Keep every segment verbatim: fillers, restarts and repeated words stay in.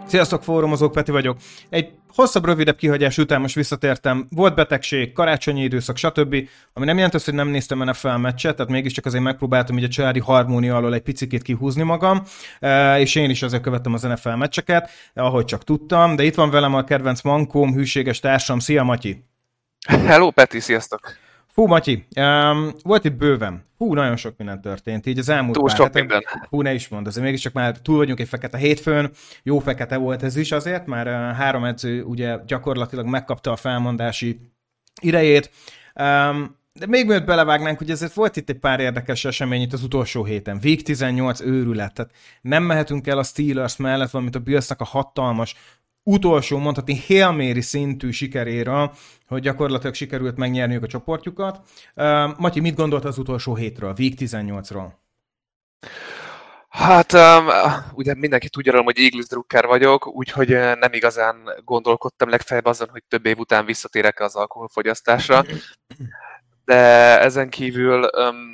Sziasztok, fórumozók, Peti vagyok. Egy hosszabb, rövidebb kihagyás után most visszatértem. Volt betegség, karácsonyi időszak, stb. Ami nem jelent azt, hogy nem néztem en ef el meccset, tehát mégiscsak azért megpróbáltam így a családi harmónia alól egy picikét kihúzni magam, és én is azért követtem az en ef el meccseket, ahogy csak tudtam, de itt van velem a kedvenc mankóm, hűséges társam. Szia, Matyi! Hello, Peti, sziasztok! Fú, Matyi, um, volt itt bőven. Hú, nagyon sok minden történt. Így az elmúlt túl pár sok hetek, minden. Hú, ne is mondd, azért mégiscsak már túl vagyunk egy fekete hétfőn. Jó fekete volt ez is azért, már uh, három edző ugye gyakorlatilag megkapta a felmondási idejét. Um, de még mielőtt belevágnánk, hogy ezért volt itt egy pár érdekes esemény itt az utolsó héten. Week tizennyolc őrület. Tehát nem mehetünk el a Steelers mellett, valamint a Billsnek a hatalmas utolsó, mondhatni Hail Mary szintű sikeréről, hogy gyakorlatilag sikerült megnyerniük a csoportjukat. Uh, Matyi, mit gondolt az utolsó hétről, Week tizennyolcról? Hát, um, ugye mindenki tudja rólam, hogy Eagles drukker vagyok, úgyhogy nem igazán gondolkodtam legfeljebb azon, hogy több év után visszatérek az alkoholfogyasztásra. De ezen kívül um,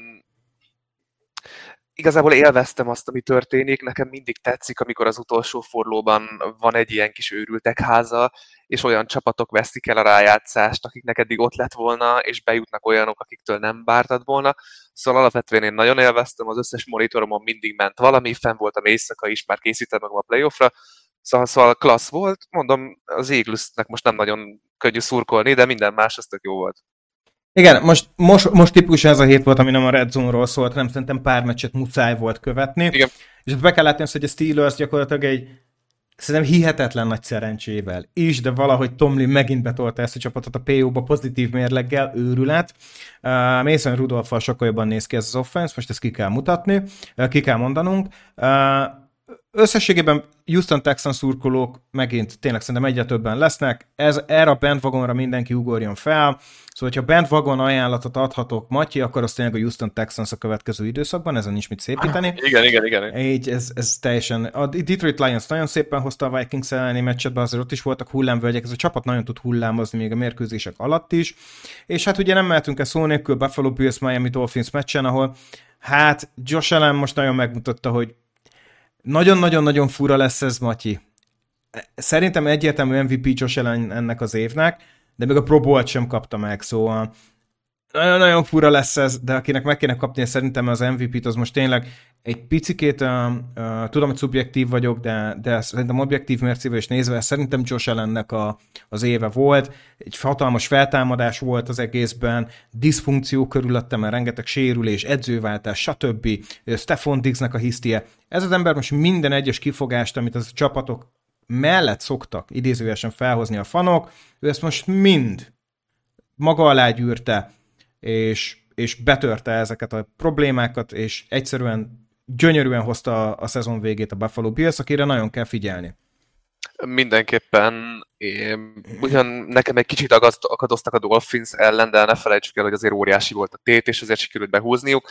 igazából élveztem azt, ami történik. Nekem mindig tetszik, amikor az utolsó fordulóban van egy ilyen kis őrültek háza, és olyan csapatok veszik el a rájátszást, akiknek eddig ott lett volna, és bejutnak olyanok, akiktől nem vártad volna. Szóval alapvetően én nagyon élveztem, az összes monitoromon mindig ment valami, fenn voltam éjszaka is, már készítem magam a playoffra, szóval, szóval klassz volt. Mondom, az Eaglesnek most nem nagyon könnyű szurkolni, de minden más, az tök jó volt. Igen, most, most, most tipikus ez a hét volt, ami nem a Red Zone-ról szólt, hanem szerintem pár meccset muszáj volt követni. Igen. És be kell látni azt, hogy a Steelers gyakorlatilag egy szerintem hihetetlen nagy szerencsével is, de valahogy Tomlin megint betolta ezt a csapatot a pé ó-ba pozitív mérleggel, őrület. Uh, Mason Rudolph-val sokkal jobban néz ki ez az offense, most ezt ki kell mutatni, uh, ki kell mondanunk. Uh, Összességében Houston Texans szurkolók megint tényleg szerintem egyre többen lesznek. Ez, erre a bandwagonra mindenki ugorjon fel. Szóval, hogyha bandwagon ajánlatot adhatok Matyi, akkor az tényleg a Houston Texans a következő időszakban, ezen nincs mit szépíteni. Igen, igen, igen. Így ez, ez teljesen... A Detroit Lions nagyon szépen hozta a Vikings elleni meccsetbe, azért ott is voltak hullámvölgyek, ez a csapat nagyon tud hullámozni még a mérkőzések alatt is. És hát ugye nem mehetünk el szó nélkül Buffalo Bills Miami Dolphins meccsen, ahol hát Josh Allen most nagyon megmutatta, hogy nagyon-nagyon-nagyon fura lesz ez, Matyi. Szerintem egyértelmű em vé pé Josh Allen ennek az évnek, de még a Pro Bowl-t sem kapta meg, szóval nagyon-nagyon fura lesz ez, de akinek meg kéne kapnia szerintem az em vé pét, az most tényleg egy picikét, uh, uh, tudom, hogy szubjektív vagyok, de, de szerintem objektív mércével is nézve, szerintem Josh Allennek a, az éve volt, egy hatalmas feltámadás volt az egészben, diszfunkció körülöttem, mert rengeteg sérülés, edzőváltás, stb. Stephon Diggsnek a hisztie. Ez az ember most minden egyes kifogást, amit az a csapatok mellett szoktak idézőjesen felhozni a fanok, ő ezt most mind maga alá gyűrte, és, és betörte ezeket a problémákat, és egyszerűen gyönyörűen hozta a, a szezon végét a Buffalo Bills, akire nagyon kell figyelni. Mindenképpen. Én, ugyan nekem egy kicsit akadoztak a Dolphins ellen, de ne felejtsük el, hogy azért óriási volt a tét, és azért sikerült behúzniuk.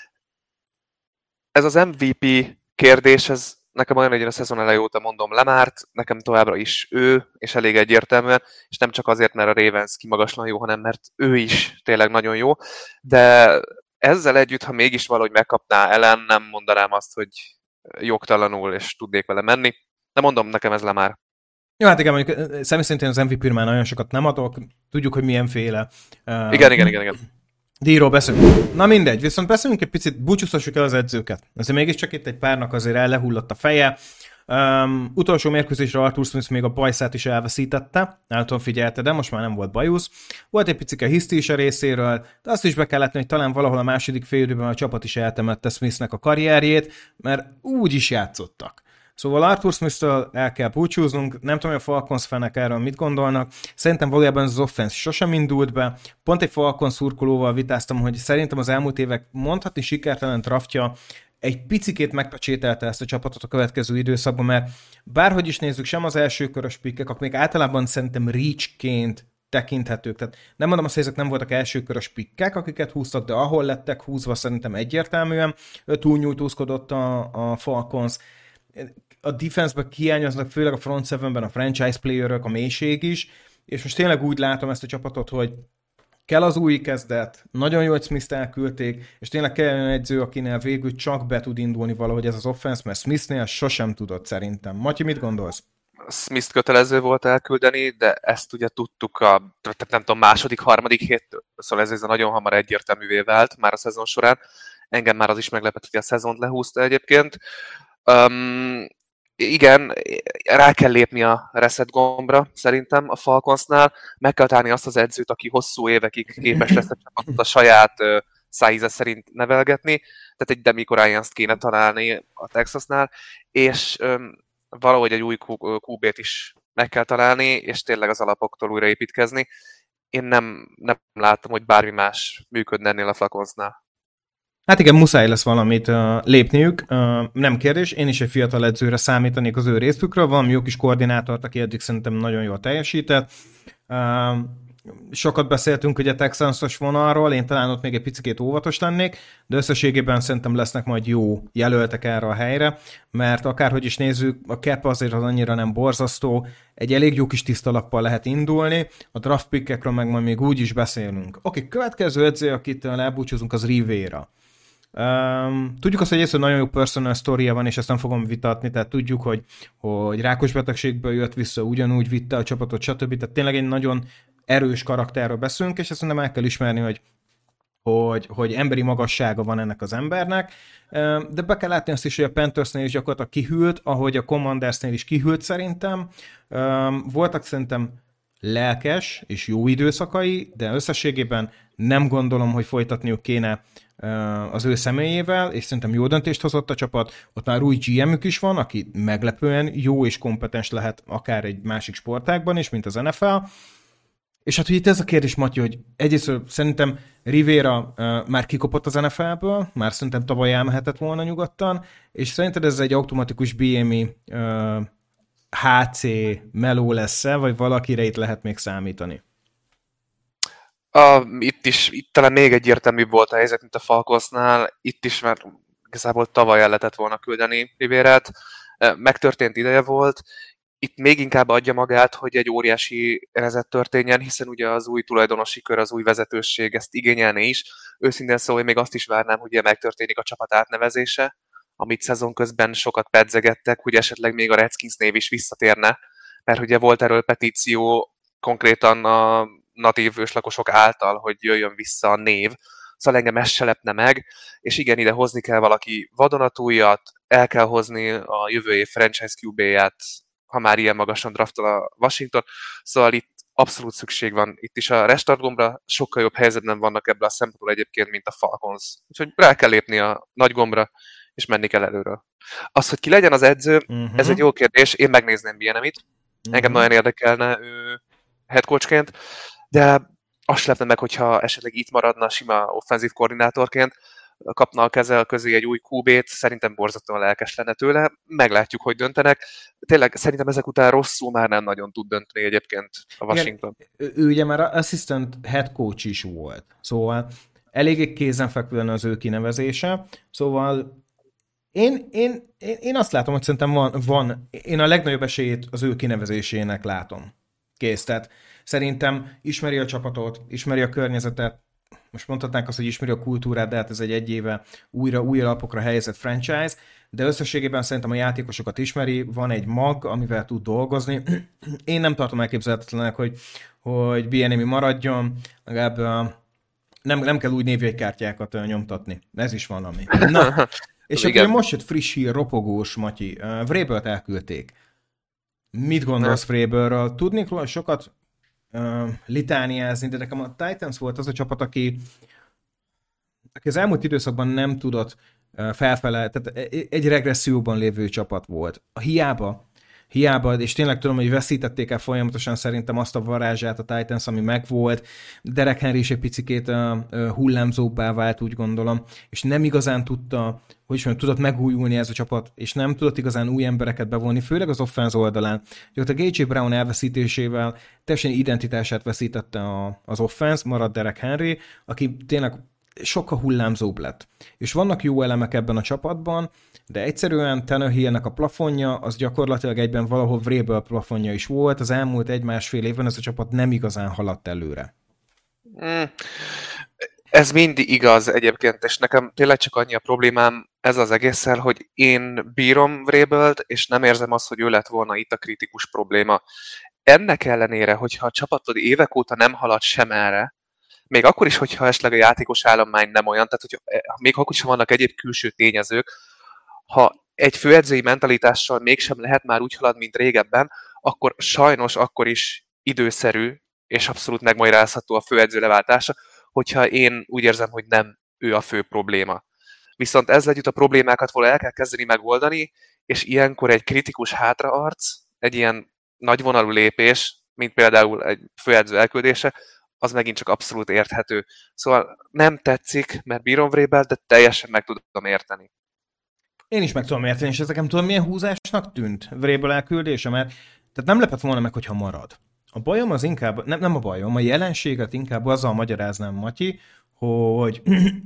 Ez az em vé pé kérdés, ez nekem olyan, hogy én a szezon elejé óta mondom Lamárt, nekem továbbra is ő, és elég egyértelműen, és nem csak azért, mert a Ravens kimagaslan jó, hanem mert ő is tényleg nagyon jó, de ezzel együtt, ha mégis valahogy megkapná Allen, nem mondanám azt, hogy jogtalanul, és tudnék vele menni, de mondom, nekem ez Lamar. Jó, hát igen, mondjuk személy szerint az em vé pé-r már nagyon sokat nem adok, tudjuk, hogy milyenféle. Uh, igen, igen, igen, igen. Díjról beszélünk. Na mindegy, viszont beszélünk egy picit, búcsúztassuk el az edzőket. Azért mégiscsak itt egy párnak azért ellehullott a feje. Um, utolsó mérkőzésre Arthur Smith még a bajszát is elveszítette, nem tudom, figyelte, de most már nem volt bajusz. Volt egy picike hiszti is a részéről, de azt is be kell látni, hogy talán valahol a második félidőben a csapat is eltemette Smithnek a karrierjét, mert úgy is játszottak. Szóval Arthur Smith-től el kell búcsúznunk, nem tudom, hogy a Falcons fenek erről mit gondolnak. Szerintem valójában az offense sosem indult be. Pont egy Falcons szurkolóval vitáztam, hogy szerintem az elmúlt évek mondhatni sikertelen draftja egy picikét megpecsételte ezt a csapatot a következő időszakban, mert bárhogy is nézzük, sem az első körös pikkek, akik még általában szerintem reachként tekinthetők. Tehát nem mondom azt, hogy ezek nem voltak elsőkörös pikkek, akiket húztak, de ahol lettek húzva szerintem egyértelműen túlnyújtózkodott a, a Falcons. A defense-ben hiányoznak, főleg a front sevenben a franchise playerök, a mélység is, és most tényleg úgy látom ezt a csapatot, hogy kell az új kezdet, nagyon jó, hogy Smith-t elküldték, és tényleg kell olyan edző, akinél végül csak be tud indulni valahogy ez az offense, mert Smithnél sosem tudott szerintem. Matyi, mit gondolsz? Smith kötelező volt elküldeni, de ezt ugye tudtuk a, tehát nem tudom, második, harmadik héttől. Szóval ez, ez a nagyon hamar egyértelművé vált már a szezon során. Engem már az is meglepett, hogy a szezont lehúzta egyébként. Um, igen, rá kell lépni a reset gombra szerintem a Falconsnál. Meg kell találni azt az edzőt, aki hosszú évekig képes lesz a csapatot a saját uh, szájíze szerint nevelgetni. Tehát egy Demico Ryans-t kéne találni a Texasnál, és um, valahogy egy új kú bét is meg kell találni, és tényleg az alapoktól újraépítkezni. Én nem, nem látom, hogy bármi más működne ennél a Falconsnál. Hát igen, muszáj lesz valamit uh, lépniük, uh, nem kérdés. Én is egy fiatal edzőre számítanék az ő részükről. Van jó kis koordinátort, aki eddig szerintem nagyon jól teljesített. Uh, sokat beszéltünk ugye Texansos vonalról, én talán ott még egy picit óvatos lennék, de összességében szerintem lesznek majd jó jelöltek erre a helyre, mert akárhogy is nézzük, a cap azért az annyira nem borzasztó, egy elég jó kis tiszta lappal lehet indulni, a draft pickekről meg majd még úgy is beszélünk. Oké, következő edző, akit elbúcsúzunk, az Rivera. Um, tudjuk azt, hogy ez nagyon jó personal sztoria van, és ezt nem fogom vitatni, tehát tudjuk, hogy, hogy rákos betegségből jött vissza, ugyanúgy vitte a csapatot, stb. Tehát tényleg egy nagyon erős karakterről beszélünk, és ezt nem el kell ismerni, hogy, hogy, hogy emberi magassága van ennek az embernek, de be kell látni azt is, hogy a Panthersnél is gyakorlatilag kihűlt, ahogy a Commandersnél is kihűlt szerintem. Voltak szerintem lelkes és jó időszakai, de összességében nem gondolom, hogy folytatniuk kéne az ő személyével, és szerintem jó döntést hozott a csapat. Ott már új gé em-ük is van, aki meglepően jó és kompetens lehet akár egy másik sportágban is, mint az en ef el. És hát, hogy itt ez a kérdés, Matyi, hogy egyrészt szerintem Rivera uh, már kikopott az en ef el-ből, már szerintem tavaly elmehetett volna nyugodtan, és szerinted ez egy automatikus bé em i uh, há cé meló lesz-e, vagy valakire itt lehet még számítani? A, itt is, itt talán még egyértelműbb volt a helyzet, mint a Falconsnál. Itt is már igazából tavaly el lehetett volna küldeni Riverát. Megtörtént ideje volt. Itt még inkább adja magát, hogy egy óriási rezet történjen, hiszen ugye az új tulajdonosi kör, az új vezetőség ezt igényelné is. Őszintén szóval még azt is várnám, hogy megtörténik a csapat átnevezése, amit szezon közben sokat pedzegettek, hogy esetleg még a Redskins név is visszatérne, mert ugye volt erről petíció konkrétan a natív őslakosok által, hogy jöjjön vissza a név, szóval engem ez se lepne meg, és igen, ide hozni kell valaki vadonatújat, el kell hozni a jövő év franchise kú bé-ját, ha már ilyen magasan draftol a Washington, szóval itt abszolút szükség van. Itt is a restart gombra sokkal jobb helyzetben vannak ebből a szempontból egyébként, mint a Falcons. Úgyhogy rá kell lépni a nagy gombra, és menni kell előről. Az, hogy ki legyen az edző, uh-huh. ez egy jó kérdés, én megnézném bé en em-it. Uh-huh. Engem nagyon érdekelne ő headcoachként, de azt lehetne meg, hogyha esetleg itt maradna sima offenzív koordinátorként, kapna a keze közé egy új kú bé-t, szerintem borzasztóan lelkes lenne tőle, meglátjuk, hogy döntenek. Tényleg szerintem ezek után rosszul már nem nagyon tud dönteni egyébként a Washington. Igen, ő ugye már assistant head coach is volt, szóval eléggé kézenfekvően az ő kinevezése, szóval én, én, én, én azt látom, hogy szerintem van, van, én a legnagyobb esélyét az ő kinevezésének látom. Kész, tehát szerintem ismeri a csapatot, ismeri a környezetet, most mondhatnánk azt, hogy ismeri a kultúrát, de hát ez egy egy éve újra új alapokra helyezett franchise, de összességében szerintem a játékosokat ismeri, van egy mag, amivel tud dolgozni. Én nem tartom elképzelhetetlenek, hogy, hogy bé en em-i maradjon, legalább nem, nem kell új névjegykártyákat nyomtatni. Ez is valami. Na, és akkor most jött friss hír, ropogós, Matyi. Vrabelt elküldték. Mit gondolsz Vrabelről? Tudnék róla sokat uh, litániázni, de nekem a Titans volt az a csapat, aki, aki az elmúlt időszakban nem tudott uh, felfele, tehát egy regresszióban lévő csapat volt. A hiába, hiába, és tényleg tudom, hogy veszítették el folyamatosan szerintem azt a varázsát a Titans, ami megvolt. Derek Henry is egy picikét uh, uh, hullámzóbbá vált, úgy gondolom, és nem igazán tudta, hogy is mondjam, tudott megújulni ez a csapat, és nem tudott igazán új embereket bevonni, főleg az offense oldalán. Ugye a á jé Brown elveszítésével teljesen identitását veszítette a, az offense, maradt Derek Henry, aki tényleg sokkal hullámzóbb lett. És vannak jó elemek ebben a csapatban, de egyszerűen Tannehillnek a plafonja, az gyakorlatilag egyben valahol Vrabel plafonja is volt, az elmúlt egy-másfél évben ez a csapat nem igazán haladt előre. Mm. Ez mindig igaz egyébként, és nekem tényleg csak annyi a problémám ez az egésszel, hogy én bírom Vrabelt, és nem érzem azt, hogy ő lett volna itt a kritikus probléma. Ennek ellenére, hogyha a csapatod évek óta nem halad sem erre, még akkor is, hogyha esetleg a játékos állomány nem olyan, tehát hogy még akkor is vannak egyéb külső tényezők, ha egy főedzői mentalitással mégsem lehet már úgy haladni, mint régebben, akkor sajnos akkor is időszerű, és abszolút megmagyarázható a főedző leváltása, hogyha én úgy érzem, hogy nem ő a fő probléma. Viszont ezzel együtt a problémákat volna el kell kezdeni megoldani, és ilyenkor egy kritikus hátraarc, egy ilyen nagyvonalú lépés, mint például egy főedző elküldése, az megint csak abszolút érthető. Szóval nem tetszik, mert bírom Vrabelt, de teljesen meg tudom érteni. Én is meg tudom érteni, és ez nekem tudom, milyen húzásnak tűnt Vrabel elküldése, mert tehát nem lepett volna meg, hogyha marad. A bajom az inkább, nem, nem a bajom, a jelenséget inkább azzal magyaráznám, Matyi, hogy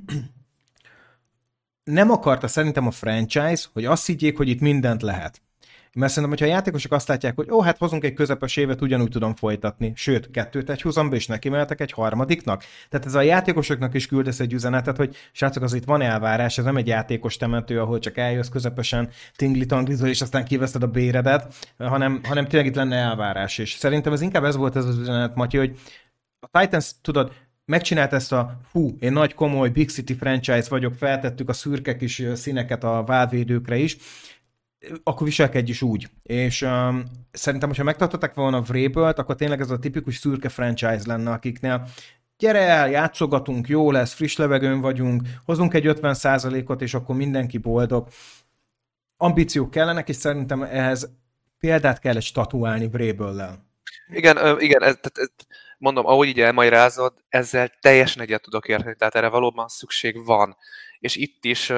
nem akarta szerintem a franchise, hogy azt higgyék, hogy itt mindent lehet. Mert szerintem, hogyha a játékosok azt látják, hogy ó, hát hozunk egy közepes évet, ugyanúgy tudom folytatni. Sőt, kettőt egy húzamba, és neki mehetek egy harmadiknak. Tehát ez a játékosoknak is küldesz egy üzenetet, hogy srácok, az itt van elvárás, ez nem egy játékos temető, ahol csak eljössz közepesen tingli-tanglizol, és aztán kiveszed a béredet, hanem, hanem tényleg itt lenne elvárás. És szerintem ez inkább ez volt ez az üzenet, Matyi, hogy a Titans, tudod, megcsinált ezt a hú, én nagy komoly Big City franchise vagyok, feltettük a szürke kis színeket a válvédőkre is, akkor viselkedj is úgy. És um, szerintem, hogyha megtartották volna a Vrabelt, akkor tényleg ez a tipikus szürke franchise lenne, akiknél gyere el, játszogatunk, jó lesz, friss levegőn vagyunk, hozunk egy ötven százalékot, és akkor mindenki boldog. Ambíciók kellenek, és szerintem ehhez példát kell egy statuálni Vrabellel. Igen, igen, ez, ez, mondom, ahogy így elmagyarázod, ezzel teljesen egyet tudok érteni, tehát erre valóban szükség van. És itt is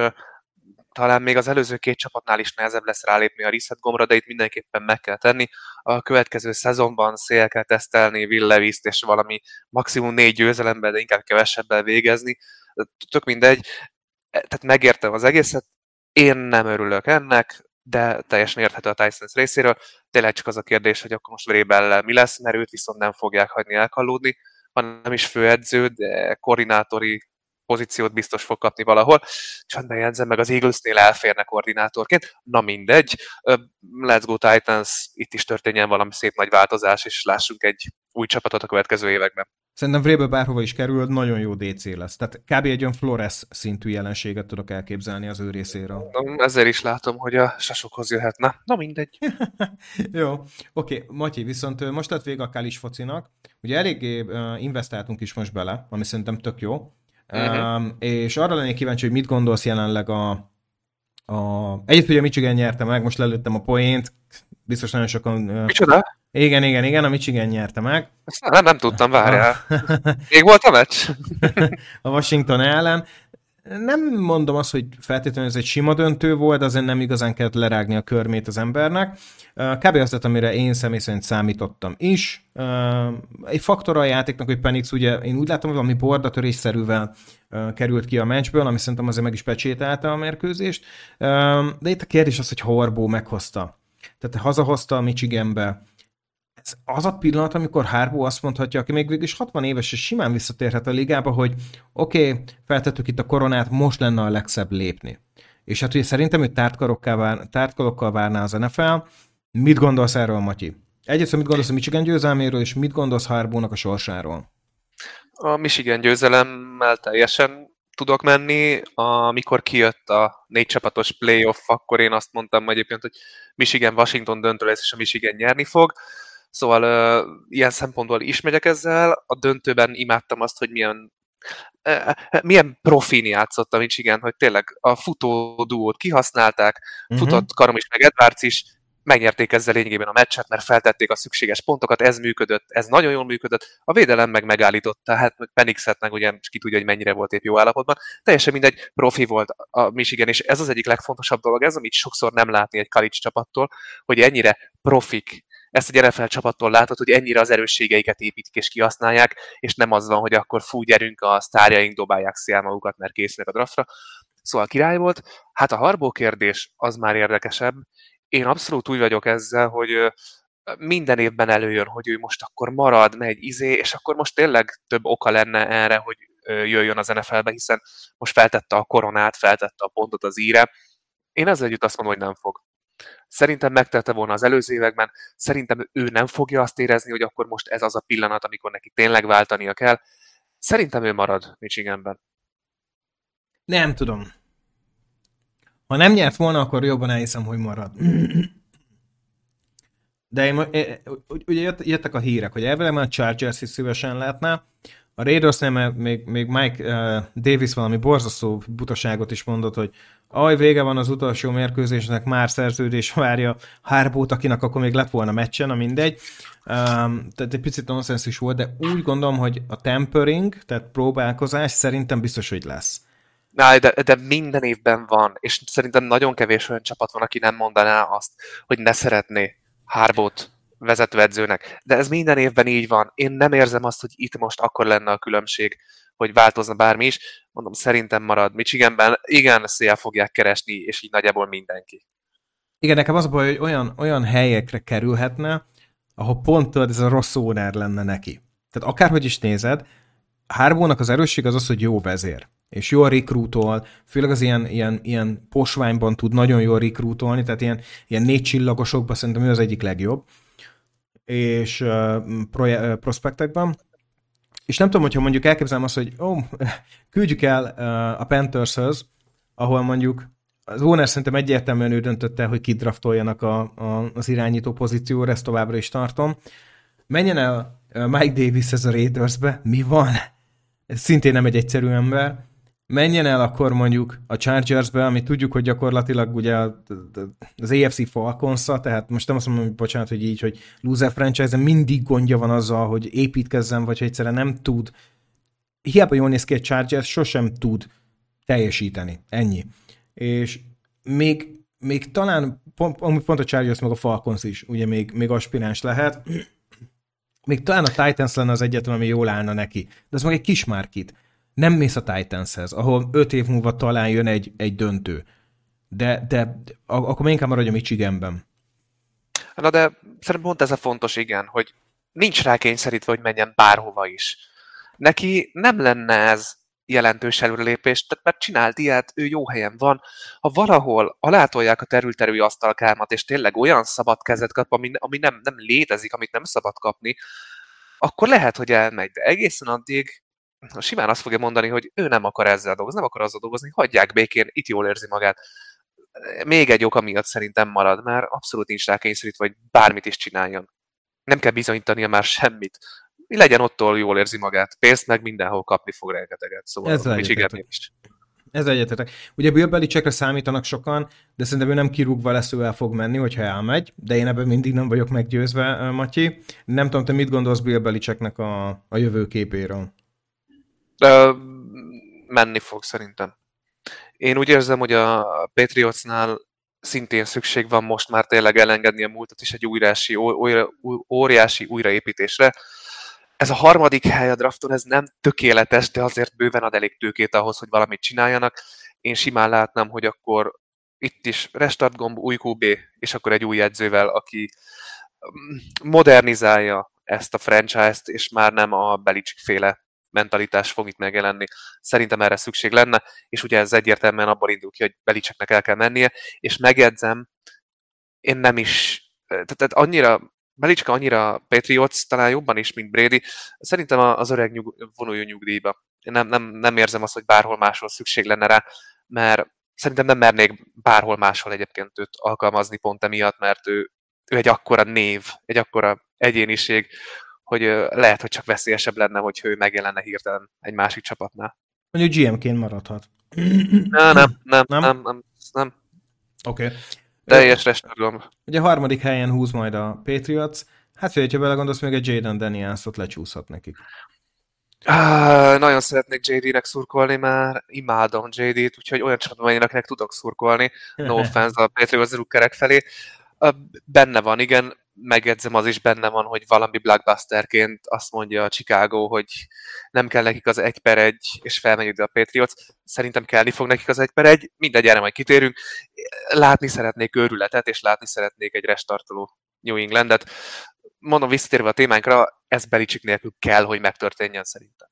talán még az előző két csapatnál is nehezebb lesz rálépni a reset gombra, de itt mindenképpen meg kell tenni. A következő szezonban szél kell tesztelni Will Levis-t, és valami maximum négy győzelemben, de inkább kevesebbel végezni. Tök mindegy. Tehát megértem az egészet. Én nem örülök ennek, de teljesen érthető a Titans részéről. Tényleg csak az a kérdés, hogy akkor most Vrabellel mi lesz, mert őt viszont nem fogják hagyni elkallódni, hanem nem is főedző, de koordinátori pozíciót biztos fog kapni valahol. Csöndben jegyzem meg, az Eaglesnél elférne koordinátorként. Na mindegy. Let's go Titans, itt is történjen valami szép nagy változás, és lássunk egy új csapatot a következő években. Szerintem Vrabel bárhova is kerül, nagyon jó dé cé lesz. Tehát kb. Egy olyan Flores szintű jelenséget tudok elképzelni az ő részéről. Na, ezzel is látom, hogy a sasokhoz jöhetne. Na mindegy. Jó, oké, okay. Matyi, viszont most lett vége a college focinak. Ugye eléggé uh, investáltunk is most bele, ami szerintem tök jó. Uh-huh. Um, és arra lennék kíváncsi, hogy mit gondolsz jelenleg a... a... Egyébként ugye Michigan nyerte meg, most lelőttem a poént, biztos nagyon sokan... Uh... Micsoda? Igen, igen, igen, a Michigan nyerte meg. Ezt nem, nem tudtam, várjál. Még volt a meccs? A Washington ellen. Nem mondom azt, hogy feltétlenül ez egy sima döntő volt, de azért nem igazán kellett lerágni a körmét az embernek. Kb. Az lett, amire én személy szerint számítottam is. Egy faktor a játéknak, hogy Penix ugye, én úgy látom, hogy valami bordatörésszerűvel került ki a meccsből, ami szerintem azért meg is pecsételte a mérkőzést. De itt a kérdés az, hogy Harbaugh meghozta. Tehát hazahozta a Michiganbe. Ez az a pillanat, amikor Harbaugh azt mondhatja, aki még végül is hatvan éves, és simán visszatérhet a ligába, hogy oké, okay, feltettük itt a koronát, most lenne a legszebb lépni. És hát ugye szerintem ő tártkalokkal várná az en ef el. Mit gondolsz erről, Matyi? Egyrészt, mit gondolsz a Michigan győzelméről, és mit gondolsz Harbaughnak a sorsáról? A Michigan győzelemmel teljesen tudok menni. Amikor kijött a négy csapatos playoff, akkor én azt mondtam egyébként, hogy Michigan-Washington döntő lesz, és a Michigan nyerni fog. Szóval uh, ilyen szempontból is megyek ezzel. A döntőben imádtam azt, hogy milyen, uh, milyen profin játszott a Michigan, hogy tényleg a futó duót kihasználták, uh-huh. futott Karom is, meg Edwards is, megnyerték ezzel lényegében a meccset, mert feltették a szükséges pontokat, ez működött, ez nagyon jól működött, a védelem meg megállította, hát Penixet meg ugye ki tudja, hogy mennyire volt épp jó állapotban, teljesen mindegy, profi volt a Michigan, és ez az egyik legfontosabb dolog, ez, amit sokszor nem látni egy college csapattól, hogy ennyire profik. Ezt egy en ef el csapattól látod, hogy ennyire az erősségeiket építik és kihasználják, és nem az van, hogy akkor fú, gyerünk, a sztárjaink dobálják szél magukat, mert készülnek a draftra. Szóval király volt. Hát a Harbaugh kérdés az már érdekesebb. Én abszolút úgy vagyok ezzel, hogy minden évben előjön, hogy ő most akkor marad, megy izé, és akkor most tényleg több oka lenne erre, hogy jöjjön az en ef el-be, hiszen most feltette a koronát, feltette a pontot az íre. Én ezzel együtt azt mondom, hogy nem fog. Szerintem megtette volna az előző években, szerintem ő nem fogja azt érezni, hogy akkor most ez az a pillanat, amikor neki tényleg váltania kell. Szerintem ő marad Michiganben. Nem tudom. Ha nem nyert volna, akkor jobban elhiszem, hogy marad. De én, ugye jöttek a hírek, hogy elvileg a Chargers is szívesen lehetne. A Raidersnél még, még Mike uh, Davis valami borzasztó butaságot is mondott, hogy aj, vége van az utolsó mérkőzésnek, már szerződés várja Harbót, akinek akkor még lett volna meccsen, a mindegy. Um, tehát egy picit nonsens is volt, de úgy gondolom, hogy a tempering, tehát próbálkozás szerintem biztos, hogy lesz. Na, de, de minden évben van, és szerintem nagyon kevés olyan csapat van, aki nem mondaná azt, hogy ne szeretné Harbót vezetőedzőnek. De ez minden évben így van. Én nem érzem azt, hogy itt most akkor lenne a különbség, hogy változna bármi is. Mondom, szerintem marad Michiganben. Igen, szél fogják keresni, és így nagyjából mindenki. Igen, nekem az a baj, hogy olyan, olyan helyekre kerülhetne, ahol pont tudod, ez a rossz owner lenne neki. Tehát akárhogy is nézed, Harbónak az erősség az az, hogy jó vezér. És jól rekrútol, főleg az ilyen, ilyen, ilyen posványban tud nagyon jól rekrútolni, tehát ilyen, ilyen négy csillagosokban szerintem ő az egyik legjobb, és uh, pro, prospektekben. És nem tudom, hogyha mondjuk elképzelem azt, hogy ó, küldjük el uh, a Panthershöz, ahol mondjuk az owner szerintem egyértelműen ő döntötte, hogy kidraftoljanak a, a, az irányító pozícióra, ezt továbbra is tartom. Menjen el Mike Davis-hez a Raidersbe, mi van? Ez szintén nem egy egyszerű ember. Menjen el akkor mondjuk a Chargersbe, ami tudjuk, hogy gyakorlatilag ugye az á ef cé Falcons-a, tehát most nem azt mondom, hogy bocsánat, hogy így, hogy loser franchise, de mindig gondja van azzal, hogy építkezzen, vagy hogy egyszerűen nem tud. Hiába jól néz ki egy Chargers, sosem tud teljesíteni. Ennyi. És még, még talán pont, pont a Chargers meg a Falcons is ugye még, még aspiráns lehet. Még talán a Titans lenne az egyetlen, ami jól állna neki. De ez meg egy kis market. Nem mész a Titanshez, ahol öt év múlva talán jön egy, egy döntő. De, de akkor még inkább maradj a Michiganben. Na de szerintem pont ez a fontos, igen, hogy nincs rá kényszerítve, hogy menjen bárhova is. Neki nem lenne ez jelentős előrelépés, tehát mert csinált ilyet, ő jó helyen van. Ha valahol alátolják a terülterői asztalkámat, és tényleg olyan szabad kezet kap, ami, ami nem, nem létezik, amit nem szabad kapni, akkor lehet, hogy elmegy. De egészen addig simán azt fogja mondani, hogy ő nem akar ezzel dolgozni, nem akar azzal dolgozni, hagyják békén, itt jól érzi magát. Még egy oka miatt szerintem marad, mert abszolút nincs rá kényszerítve, hogy bármit is csináljon. Nem kell bizonyítania már semmit. Mi legyen ottól, jól érzi magát. Pénzt meg mindenhol kapni fog rengeteget. Szóval ez Michigannél is. Ez egyetetek. Ugye Bill Belichickre számítanak sokan, de szerintem ő nem kirúgva lesz, ő el fog menni, hogyha elmegy, de én ebben mindig nem vagyok meggyőzve, Matyi. Nem tudom, te mit gondolsz Bill Belichicknek a, a jövőképéről? De menni fog szerintem. Én úgy érzem, hogy a Patriotsnál szintén szükség van most már tényleg elengedni a múltat és egy újrási, újra, óriási újraépítésre. Ez a harmadik hely a drafton, ez nem tökéletes, de azért bőven ad elég tőkét ahhoz, hogy valamit csináljanak. Én simán látnám, hogy akkor itt is restart gomb, új kú bé, és akkor egy új edzővel, aki modernizálja ezt a franchise-t, és már nem a Belichick féle mentalitás fog itt megjelenni. Szerintem erre szükség lenne, és ugye ez egyértelműen abból indul ki, hogy Belichicknek el kell mennie, és megjegyzem, én nem is, tehát, tehát annyira, Belichick annyira Patriots, talán jobban is, mint Brady, szerintem az öreg nyug, vonuljon nyugdíjba. Én nem, nem, nem érzem azt, hogy bárhol máshol szükség lenne rá, mert szerintem nem mernék bárhol máshol egyébként őt alkalmazni pont emiatt, mert ő, ő egy akkora név, egy akkora egyéniség, hogy lehet, hogy csak veszélyesebb lenne, hogyha ő megjelenne hirtelen egy másik csapatnál. Mondjuk gé em-ként maradhat. Na, nem, nem, nem, nem, nem. nem. Oké. Okay. Teljes restagom. Ugye a harmadik helyen húz majd a Patriots. Hát fél, ha belegondolsz, még egy Jaden Daniels-ot lecsúszhat nekik. Ah, nagyon szeretnék jé dé-nek szurkolni, már imádom jé dét, úgyhogy olyan csapatban, amelynek tudok szurkolni. No offense a Patriots rukkerek felé. Benne van, igen, megjegyzem, az is benne van, hogy valami blockbusterként azt mondja a Chicago, hogy nem kell nekik az egy per egy, és felmegy ide a Patriots. Szerintem kellni fog nekik az egy per egy, mindegy, erre majd kitérünk. Látni szeretnék őrületet, és látni szeretnék egy restartoló New Englandet. Mondom, visszatérve a témánkra, ez Belichick nélkül kell, hogy megtörténjen szerintem.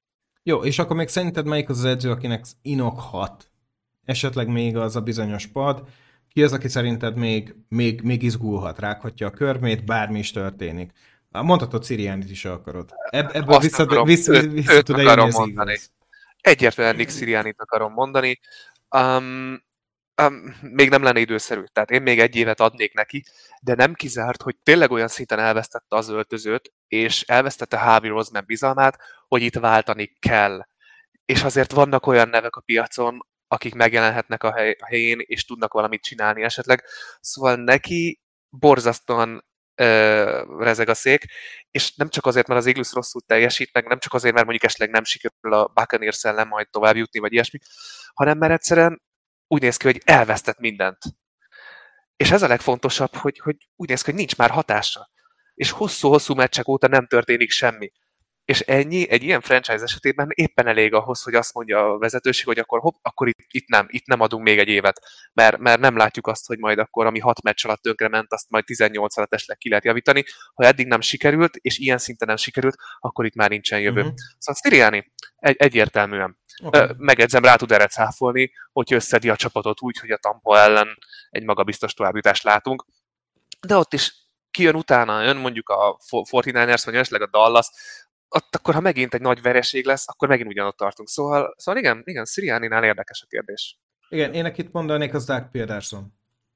Jó, és akkor még szerinted melyik az az edző, akinek inokhat? Esetleg még az a bizonyos pad. Ki az, aki szerinted még, még, még izgulhat, rághatja a körmét, bármi is történik? Mondhatod Sirianit is, ha akarod. Ebb, ebből Azt vissza, akarom, vissza, őt, vissza őt tud-e jönni akarom az mondani. Eagles? Egyértelműen Nick Sirianit akarom mondani. Um, um, még nem lenne időszerű, tehát én még egy évet adnék neki, de nem kizárt, hogy tényleg olyan szinten elvesztette az öltözőt, és elvesztette Harvey Roseman bizalmát, hogy itt váltani kell. És azért vannak olyan nevek a piacon, akik megjelenhetnek a, hely, a helyén, és tudnak valamit csinálni esetleg. Szóval neki borzasztóan ö, rezeg a szék, és nem csak azért, mert az Eagles rosszul teljesít, meg nem csak azért, mert mondjuk esetleg nem sikerül a Buccaneers ellen majd tovább jutni, vagy ilyesmi, hanem mert egyszerűen úgy néz ki, hogy elvesztett mindent. És ez a legfontosabb, hogy, hogy úgy néz ki, hogy nincs már hatása. És hosszú-hosszú meccsek óta nem történik semmi. És ennyi egy ilyen franchise esetében éppen elég ahhoz, hogy azt mondja a vezetőség, hogy akkor hopp, akkor itt, itt nem, itt nem adunk még egy évet. Mert, mert nem látjuk azt, hogy majd akkor, ami hat meccs alatt tönkrement, azt majd tizennyolc alatt esetleg ki lehet javítani. Ha eddig nem sikerült, és ilyen szinten nem sikerült, akkor itt már nincsen jövő. Uh-huh. Szóval Sirianni egy, egyértelműen. Okay. Megedzem, rá tud erre cáfolni, hogy összedi a csapatot úgy, hogy a Tampa ellen egy magabiztos továbbjutást látunk. De ott is kijön utána, jön mondjuk a negyvenkilencesek, vagy esetleg a Dallas, ott akkor, ha megint egy nagy vereség lesz, akkor megint ugyanott tartunk. Szóval, szóval igen, igen, Sirianninál érdekes a kérdés. Igen, én itt mondanék az Doug Pederson.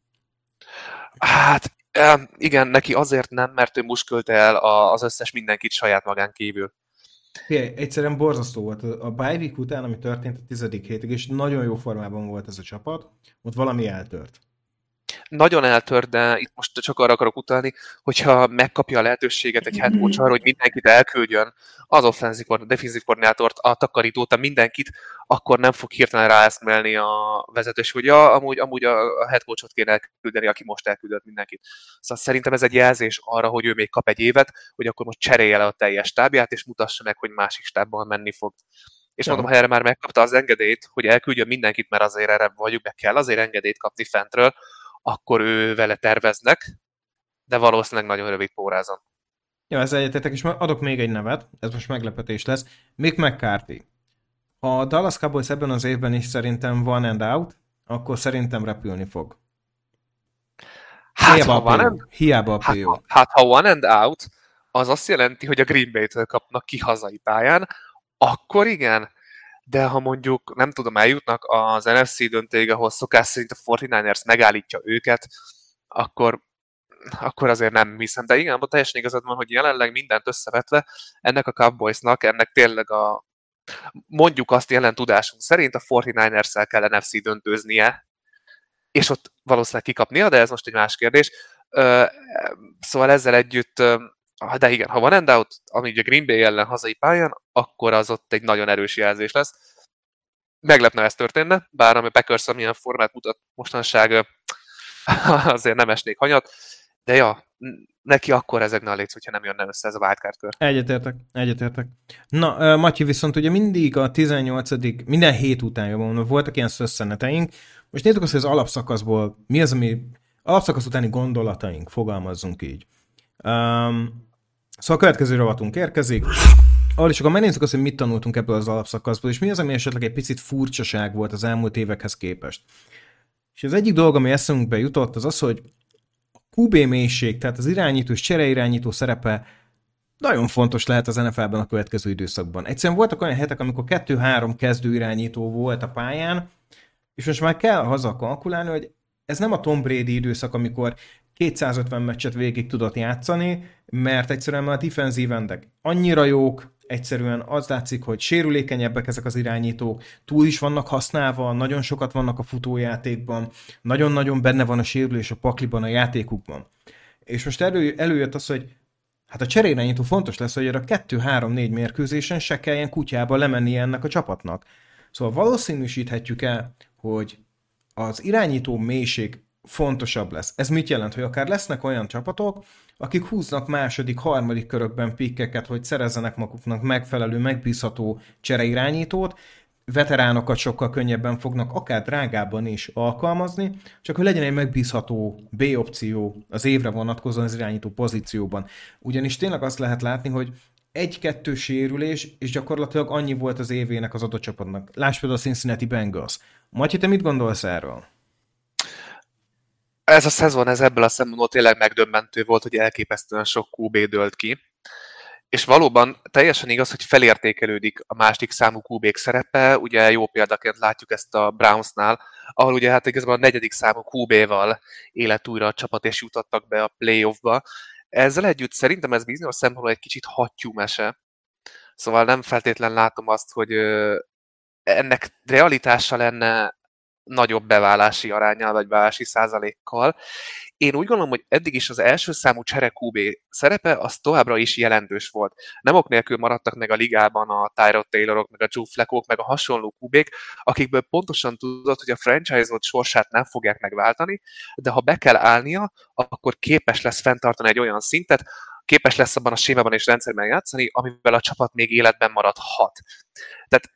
Hát, igen, neki azért nem, mert ő muskölte el az összes mindenkit saját magán kívül. Figyelj, egyszerűen borzasztó volt. A bye week után, ami történt a tizedik hétig, és nagyon jó formában volt ez a csapat, ott valami eltört. Nagyon eltört, de itt most csak arra akarok utalni, hogyha megkapja a lehetőséget egy head coach arra, hogy mindenkit elküldjön, az offensive, a defensive koordinátort, a takarítót, a mindenkit, akkor nem fog hirtelen ráeszmélni a vezetős, hogy ja, amúgy, amúgy a head coachot kéne elküldeni, aki most elküldött mindenkit. Szóval szerintem ez egy jelzés arra, hogy ő még kap egy évet, hogy akkor most cserélje le a teljes stábját, és mutassa meg, hogy másik stábban menni fog. És mondom, ha erre már megkapta az engedélyt, hogy elküldjön mindenkit, mert azért erre vagyunk, meg kell azért engedélyt kapni fentről, akkor ő vele terveznek, de valószínűleg nagyon rövid pórázon. Ja, ezzel egyetetek, és adok még egy nevet, ez most meglepetés lesz. Mick McCarthy. Ha a Dallas Cowboys ebben az évben is szerintem one and out, akkor szerintem repülni fog. Hát, Hiába ha a van and, Hiába a hát, ha, hát, ha one and out, az azt jelenti, hogy a Green Bay-től kapnak ki hazai pályán, akkor igen, de ha mondjuk, nem tudom, eljutnak az en ef cé döntőig, ahol szokás szerint a negyvenkilencesek megállítja őket, akkor, akkor azért nem hiszem. De igen, abban teljesen igazad van, hogy jelenleg mindent összevetve, ennek a Cowboysnak, ennek tényleg a, mondjuk azt jelen tudásunk szerint a negyvenkilencessel kell en ef cé döntőznie, és ott valószínűleg kikapnia, de ez most egy más kérdés. Szóval ezzel együtt, de igen, ha van end out, ami a Green Bay ellen hazai pályán, akkor az ott egy nagyon erős jelzés lesz. Meglepne, ez történne, bár ami Packers amilyen formát mutat mostanság, azért nem esnék hanyat, de ja, neki akkor ezegne a léc, hogyha nem jönne össze ez a wildcard kör. Egyetértek, egyetértek. Na, Matyi, viszont ugye mindig a tizennyolcadik minden hét után jobban voltak ilyen szösszeneteink. Most nézzük azt, hogy az alapszakaszból mi az, ami alapszakasz utáni gondolataink, fogalmazzunk így. Um, szóval a következő rovatunk érkezik, ahol is akkor megnézzük azt, hogy mit tanultunk ebből az alapszakaszból, és mi az, ami esetleg egy picit furcsaság volt az elmúlt évekhez képest. És az egyik dolog, ami eszünkbe jutott, az az, hogy a kú bé mélység, tehát az irányító és csereirányító szerepe nagyon fontos lehet az en ef el-ben a következő időszakban. Egyszerűen voltak olyan hetek, amikor kettő-három kezdő irányító volt a pályán, és most már kell haza kalkulálni, hogy ez nem a Tom Brady időszak, amikor kétszázötven meccset végig tudott játszani, mert egyszerűen a defensív endek annyira jók, egyszerűen az látszik, hogy sérülékenyebbek ezek az irányítók, túl is vannak használva, nagyon sokat vannak a futójátékban, nagyon-nagyon benne van a sérülés a pakliban, a játékukban. És most elő, előjött az, hogy hát a cseréirányító fontos lesz, hogy a kettő-három-négy mérkőzésen se kelljen kutyába lemennie ennek a csapatnak. Szóval valószínűsíthetjük el, hogy az irányító mélység fontosabb lesz. Ez mit jelent? Hogy akár lesznek olyan csapatok, akik húznak második, harmadik körökben pikkeket, hogy szerezzenek maguknak megfelelő, megbízható csereirányítót, veteránokat sokkal könnyebben fognak akár drágábban is alkalmazni, csak hogy legyen egy megbízható B-opció az évre vonatkozóan az irányító pozícióban. Ugyanis tényleg azt lehet látni, hogy egy-kettő sérülés, és gyakorlatilag annyi volt az évének az adott csapatnak. Lásd például a Cincinnati Bengals. Matyi, te mit gondolsz erről? Ez a szezon, ez ebből a szempontból tényleg megdöbbentő volt, hogy elképesztően sok kú bé dőlt ki. És valóban teljesen igaz, hogy felértékelődik a második számú kú bék szerepe. Ugye jó példaként látjuk ezt a Brownsnál, ahol ugye hát igazából a negyedik számú kú béval élet újra a csapat, és jutottak be a playoffba. Ezzel együtt szerintem ez bizonyos szempontból egy kicsit hattyúmese. Szóval nem feltétlen látom azt, hogy ennek realitása lenne nagyobb beválási aránnyal, vagy beválási százalékkal. Én úgy gondolom, hogy eddig is az első számú csere kú bé szerepe az továbbra is jelentős volt. Nem ok nélkül maradtak meg a ligában a Tyrod Taylorok, meg a Joe Flacco-k, meg a hasonló kú bék, akikből pontosan tudod, hogy a franchise-ot sorsát nem fogják megváltani, de ha be kell állnia, akkor képes lesz fenntartani egy olyan szintet, képes lesz abban a sémában és rendszerben játszani, amivel a csapat még életben maradhat. Tehát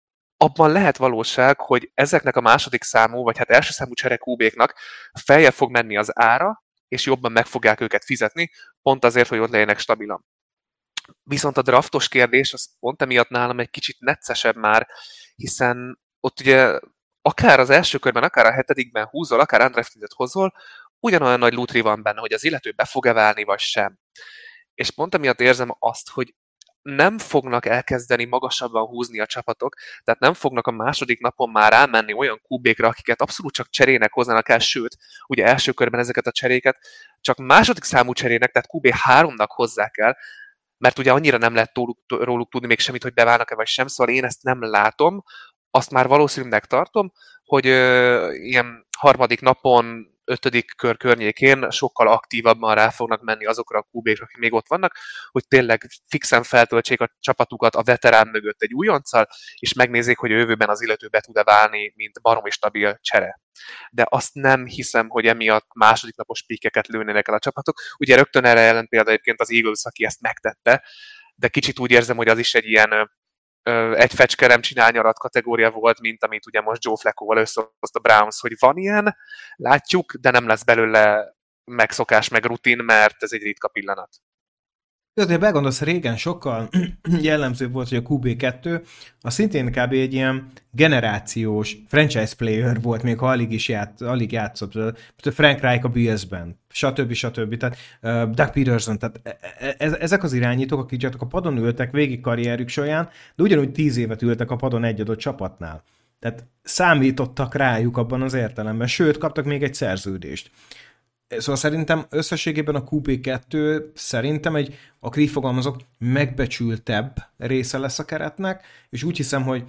abban lehet valóság, hogy ezeknek a második számú, vagy hát első számú csere kú béknak feljebb fog menni az ára, és jobban meg fogják őket fizetni, pont azért, hogy ott legyenek stabilan. Viszont a draftos kérdés az pont emiatt nálam egy kicsit neccesebb már, hiszen ott ugye akár az első körben, akár a hetedikben húzol, akár undraftedet hozol, ugyanolyan nagy lútri van benne, hogy az illető be fog-e válni, vagy sem. És pont emiatt érzem azt, hogy nem fognak elkezdeni magasabban húzni a csapatok, tehát nem fognak a második napon már rámenni olyan kú békre, akiket abszolút csak cserének hoznának el, sőt, ugye első körben ezeket a cseréket csak második számú cserének, tehát kú bé háromnak hozzák el, mert ugye annyira nem lehet róluk, róluk tudni még semmit, hogy beválnak-e vagy sem, szóval én ezt nem látom, azt már valószínűleg tartom, hogy ö, ilyen harmadik napon, ötödik kör környékén sokkal aktívabban rá fognak menni azokra a kú békre, akik még ott vannak, hogy tényleg fixen feltöltsék a csapatukat a veterán mögött egy újonccal, és megnézzék, hogy a jövőben az illető be tud-e válni, mint baromi stabil csere. De azt nem hiszem, hogy emiatt második napos pikeket lőnének el a csapatok. Ugye rögtön erre ellen például egyébként az Eagles, aki ezt megtette, de kicsit úgy érzem, hogy az is egy ilyen egy fecske nem csinál nyarat kategória volt, mint amit ugye most Joe Flacco-val összehozt a Browns, hogy van ilyen, látjuk, de nem lesz belőle megszokás, meg rutin, mert ez egy ritka pillanat. Azért begondolsz, régen sokkal jellemzőbb volt, hogy a kú bé kettő a szintén kb. Egy ilyen generációs franchise player volt, még ha alig is ját, alig játszott. Frank Reich a bé es-ben, stb. stb. Tehát uh, Doug Peterson, tehát e- ezek az irányítók, akik csak a padon ültek végig karrierük során, de ugyanúgy tíz évet ültek a padon egy adott csapatnál. Tehát számítottak rájuk abban az értelemben, sőt, kaptak még egy szerződést. Szóval szerintem összességében a kú bé kettő szerintem egy, akkor így fogalmazok, megbecsültebb része lesz a keretnek, és úgy hiszem, hogy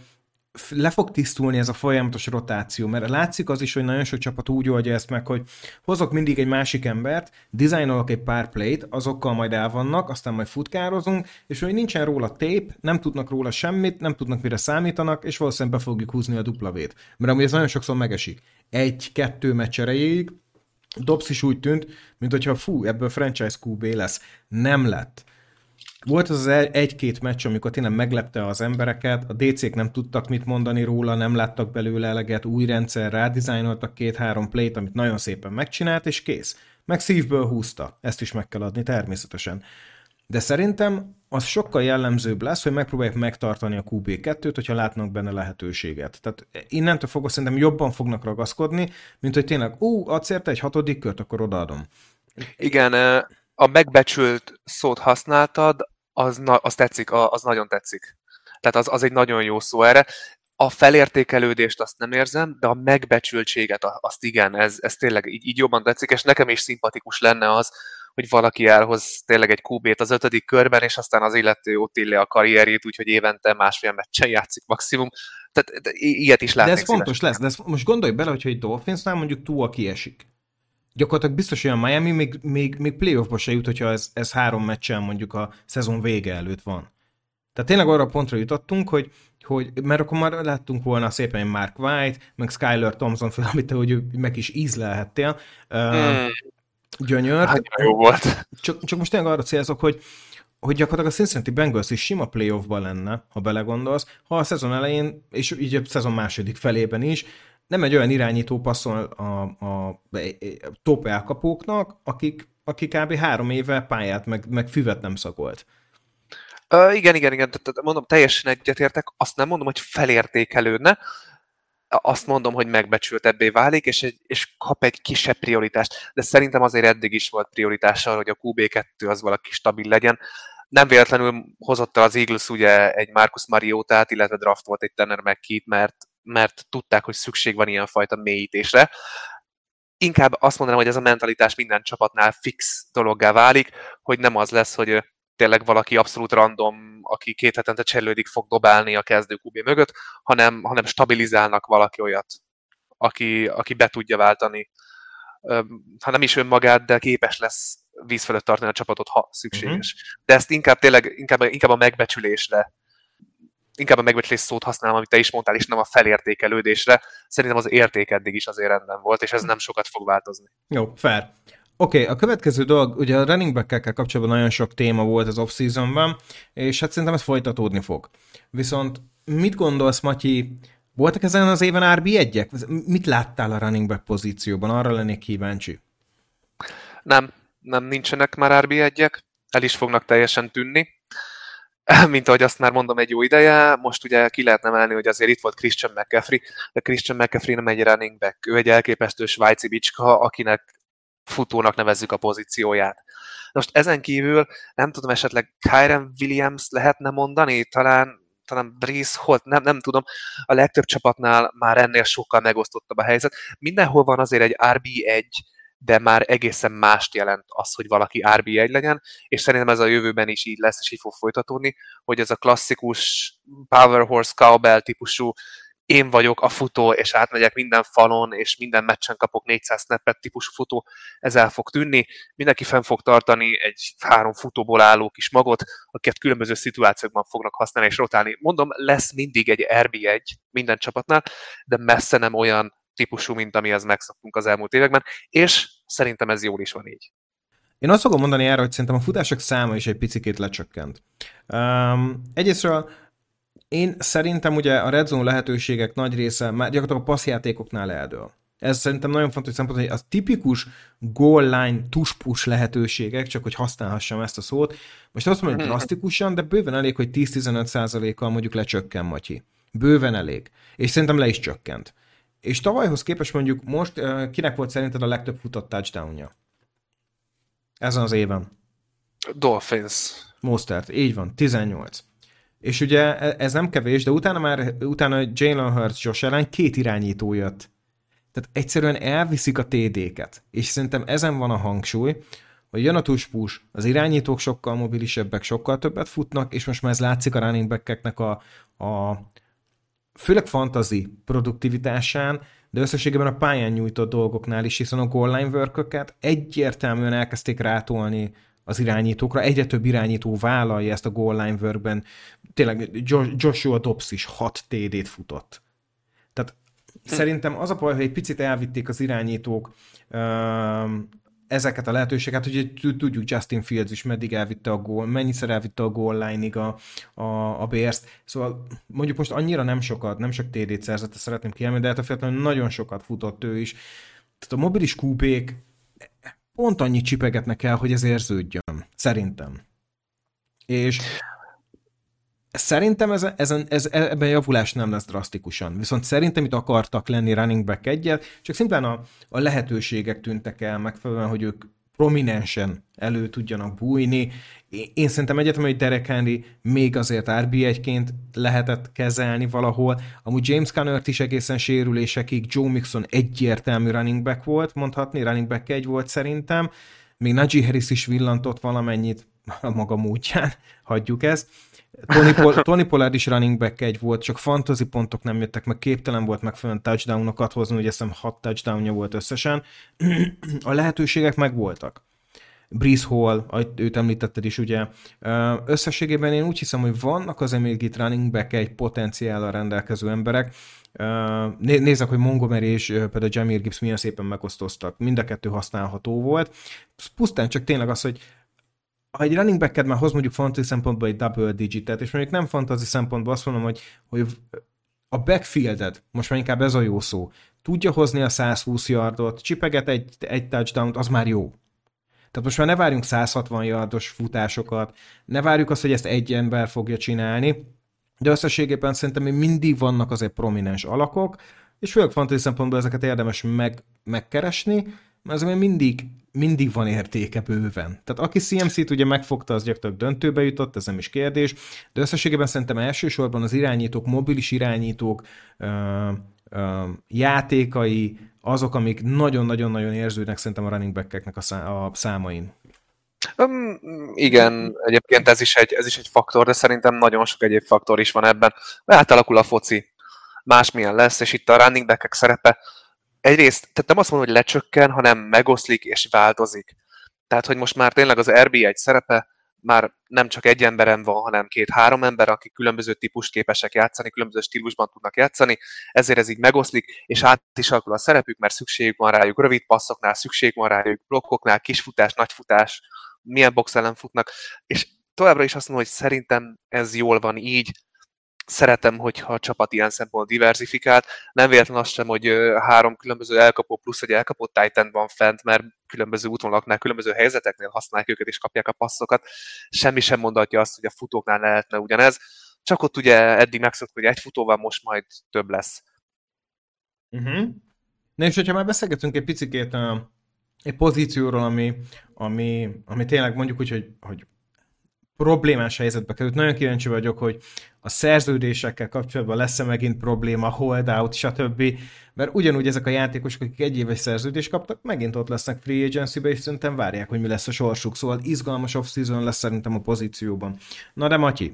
le fog tisztulni ez a folyamatos rotáció, mert látszik az is, hogy nagyon sok csapat úgy oldja ezt meg, hogy hozok mindig egy másik embert, dizájnolok egy pár play-t, azokkal majd elvannak, aztán majd futkározunk, és hogy nincsen róla tape, nem tudnak róla semmit, nem tudnak mire számítanak, és valószínűleg be fogjuk húzni a dupla vét. Mert amúgy ez nagyon sokszor megesik. Egy-kettő meccs erejéig Dobbs is úgy tűnt, mint hogyha fú, ebből franchise kú bé lesz. Nem lett. Volt az az egy-két meccs, amikor tényleg meglepte az embereket, a dé cék nem tudtak mit mondani róla, nem láttak belőle eleget, új rendszer, rádizájnoltak két-három play-t, amit nagyon szépen megcsinált, és kész. Meg szívből húzta. Ezt is meg kell adni természetesen. De szerintem az sokkal jellemzőbb lesz, hogy megpróbálják megtartani a kú bé kettőt, hogyha látnak benne lehetőséget. Tehát innentől fogva szerintem jobban fognak ragaszkodni, mint hogy tényleg, ú, adsz érte egy hatodik kört, akkor odaadom. Igen, a megbecsült szót használtad, az, na, az tetszik, az nagyon tetszik. Tehát az, az egy nagyon jó szó erre. A felértékelődést azt nem érzem, de a megbecsültséget azt igen, ez, ez tényleg így, így jobban tetszik, és nekem is szimpatikus lenne az, hogy valaki elhoz tényleg egy kú bét az ötödik körben, és aztán az illető ott illé a karrierjét, úgyhogy évente másfél meccsen játszik maximum. Tehát de ilyet is látnék. De ez fontos lesz, de ezt most gondolj bele, hogyha egy Dolphinsnál mondjuk Tua kiesik. Gyakorlatilag biztos, hogy a Miami még, még, még playoffba se jut, hogyha ez, ez három meccsen mondjuk a szezon vége előtt van. Tehát tényleg arra pontra jutottunk, hogy, hogy mert akkor már láttunk volna szépen Mark White, meg Skyler Thompson fel, amit te, hogy meg is ízlelhettél. Hmm. Gyönyört. Hát, jó volt. Csak, csak most tényleg arra célzok, hogy, hogy gyakorlatilag a Cincinnati Bengals is sima playoffban lenne, ha belegondolsz, ha a szezon elején, és így a szezon második felében is, nem egy olyan irányító passzol a, a, a top elkapóknak, akik, akik kb. három éve pályát, meg, meg füvet nem szagolt. Uh, igen, igen, igen, tehát mondom, teljesen egyetértek, azt nem mondom, hogy felértékelődne, azt mondom, hogy megbecsültebbé válik, és, egy, és kap egy kisebb prioritást. De szerintem azért eddig is volt prioritása, hogy a kú bé kettő az valaki stabil legyen. Nem véletlenül hozott el az Eagles ugye egy Marcus Mariotát, illetve draft volt egy Tanner McKee-t, mert, mert tudták, hogy szükség van ilyenfajta mélyítésre. Inkább azt mondanám, hogy ez a mentalitás minden csapatnál fix dologgá válik, hogy nem az lesz, hogy tényleg valaki abszolút random, aki két hetente cserélődik, fog dobálni a kezdő kú bé mögött, hanem, hanem stabilizálnak valaki olyat, aki, aki be tudja váltani, ha nem is önmagát, de képes lesz víz fölött tartani a csapatot, ha szükséges. Uh-huh. De ezt inkább tényleg, inkább, inkább a megbecsülésre, inkább a megbecsülés szót használom, amit te is mondtál, és nem a felértékelődésre. Szerintem az érték eddig is azért rendben volt, és ez nem sokat fog változni. Jó, fair. Oké, okay, a következő dolog, ugye a running back-ekkel kapcsolatban nagyon sok téma volt az off-seasonban, és hát szerintem ez folytatódni fog. Viszont mit gondolsz, Matyi, voltak ezen az éven er bé egyek? Mit láttál a running back pozícióban? Arra lennék kíváncsi. Nem, nem nincsenek már er bé egyek, el is fognak teljesen tűnni. Mint ahogy azt már mondom egy jó ideje, most ugye ki lehetne emelni, hogy azért itt volt Christian McCaffrey, de Christian McCaffrey nem egy running back, ő egy elképesztő svájci bicska, akinek futónak nevezzük a pozícióját. Most ezen kívül nem tudom, esetleg Kyren Williams lehetne mondani, talán, talán Breece Hall, nem, nem tudom, a legtöbb csapatnál már ennél sokkal megosztottabb a helyzet. Mindenhol van azért egy er bé egy, de már egészen mást jelent az, hogy valaki er bé egy legyen, és szerintem ez a jövőben is így lesz, és így fog folytatódni, hogy ez a klasszikus Power Horse Cowbell típusú én vagyok a futó, és átmegyek minden falon, és minden meccsen kapok négyszáz snappet típusú futó, ez el fog tűnni. Mindenki fenn fog tartani egy három futóból álló kis magot, akiket különböző szituációkban fognak használni és rotálni. Mondom, lesz mindig egy er bé egy minden csapatnál, de messze nem olyan típusú, mint amihez megszoktunk az elmúlt években, és szerintem ez jól is van így. Én azt fogom mondani erre, hogy szerintem a futások száma is egy picikét lecsökkent. Um, egyrésztről én szerintem ugye a red zone lehetőségek nagy része már gyakorlatilag a passzjátékoknál eldől. Ez szerintem nagyon fontos szempont, hogy az tipikus goal line tush-push lehetőségek, csak hogy használhassam ezt a szót, most azt mondom, hogy drasztikusan, de bőven elég, hogy tíz-tizenöt százalékkal mondjuk lecsökken, Matyi. Bőven elég. És szerintem le is csökkent. És tavalyhoz képest mondjuk most uh, kinek volt szerinted a legtöbb futott touchdownja? Ezen az éven. Dolphins. Mostert, így van, tizennyolc. És ugye ez nem kevés, de utána már utána Jalen Hurts, Josh Allen két irányító jött. Tehát egyszerűen elviszik a té dé-ket. És szerintem ezen van a hangsúly, hogy jön a tush-push, az irányítók sokkal mobilisebbek, sokkal többet futnak, és most már ez látszik a running back-eknek a, a főleg fantasy produktivitásán, de összességében a pályán nyújtott dolgoknál is, hiszen a goal line work-öket egyértelműen elkezdték rátolni az irányítókra, egyre több irányító vállalja ezt a goal line workben. Tényleg Joshua Dobbs is hat té dét futott. Tehát hm. szerintem az a baj, hogy egy picit elvitték az irányítók ezeket a lehetőségeket, hogy tudjuk Justin Fields is meddig elvitte a gól, mennyiszer elvitte a goal line-ig a, a, a Bears-t. Szóval mondjuk most annyira nem sokat, nem sok té dét szerzett, ezt szeretném kiemelni, de hát a fiatalon nagyon sokat futott ő is. Tehát a mobilis kú bék pont annyit csipegetnek el, hogy ez érződjön. Szerintem. És szerintem ez, ez, ez, ebben javulás nem lesz drasztikusan. Viszont szerintem itt akartak lenni running back egyet, csak szimplán a, a lehetőségek tűntek el megfelelően, hogy ők prominensen elő tudjanak bújni. Én, én szerintem egyetem, hogy Derek Henry még azért er bé egyként lehetett kezelni valahol. Amúgy James Conner is egészen sérülésekig, Joe Mixon egyértelmű running back volt, mondhatni, running back egy volt szerintem. Még Najee Harris is villantott valamennyit a maga módján, hagyjuk ezt. Tony, Pol- Tony Pollard is running back egy volt, csak fantasy pontok nem jöttek, meg képtelen volt megfelelően touchdownokat hozni, ugye azt hiszem hat touchdownja volt összesen. A lehetőségek megvoltak. Breece Hall, őt említetted is, ugye. Összességében én úgy hiszem, hogy vannak az még itt running back egy potenciállal rendelkező emberek. Nézzek, hogy Montgomery és például Jahmyr Gibbs milyen szépen megosztoztak. Mind a kettő használható volt. Pusztán csak tényleg az, hogy ha egy running back-ed már hoz mondjuk fantasy szempontból egy double digitet, és mondjuk nem fantasy szempontból azt mondom, hogy, hogy a backfielded, most már inkább ez a jó szó, tudja hozni a száz húsz yardot, csipeget egy, egy touchdown-t, az már jó. Tehát most már ne várjunk száz hatvan yardos futásokat, ne várjuk azt, hogy ezt egy ember fogja csinálni, de összességében szerintem még mindig vannak azért prominens alakok, és főleg fantasy szempontból ezeket érdemes meg, megkeresni, mert azért még mindig, mindig van értéke bőven. Tehát aki cé em cét ugye megfogta, az gyakorlatilag döntőbe jutott, ez nem is kérdés, de összességében szerintem elsősorban az irányítók, mobilis irányítók, ö, ö, játékai, azok, amik nagyon-nagyon-nagyon érződnek szerintem a running back-eknek a, szá- a számain. Um, igen, egyébként ez is, egy, ez is egy faktor, de szerintem nagyon sok egyéb faktor is van ebben. Átalakul a foci, másmilyen lesz, és itt a running back-ek szerepe egyrészt, tehát nem azt mondom, hogy lecsökken, hanem megoszlik és változik. Tehát, hogy most már tényleg az er bé egy szerepe már nem csak egy emberen van, hanem két-három ember, akik különböző típust képesek játszani, különböző stílusban tudnak játszani, ezért ez így megoszlik, és át is alakul a szerepük, mert szükségük van rájuk rövid passzoknál, szükség van rájuk blokkoknál, kisfutás, nagyfutás, milyen box ellen futnak, és továbbra is azt mondom, hogy szerintem ez jól van így, szeretem, hogyha a csapat ilyen szempontból diversifikált. Nem véletlen az sem, hogy három különböző elkapó plusz egy elkapott Titan van fent, mert különböző útvonalaknál, különböző helyzeteknél használják őket és kapják a passzokat. Semmi sem mondatja azt, hogy a futóknál lehetne ugyanez. Csak ott ugye eddig megszoktuk, hogy egy futó van, most majd több lesz. Uh-huh. Na és hogyha már beszélgetünk egy picikét uh, egy pozícióról, ami, ami, ami tényleg mondjuk úgy, hogy, hogy problémás helyzetbe került. Nagyon kíváncsi vagyok, hogy a szerződésekkel kapcsolatban lesz-e megint probléma, holdout, stb. Mert ugyanúgy ezek a játékosok, akik egy éves szerződést kaptak, megint ott lesznek free agency-be, és szerintem várják, hogy mi lesz a sorsuk. Szóval izgalmas off-season lesz szerintem a pozícióban. Na de Matyi,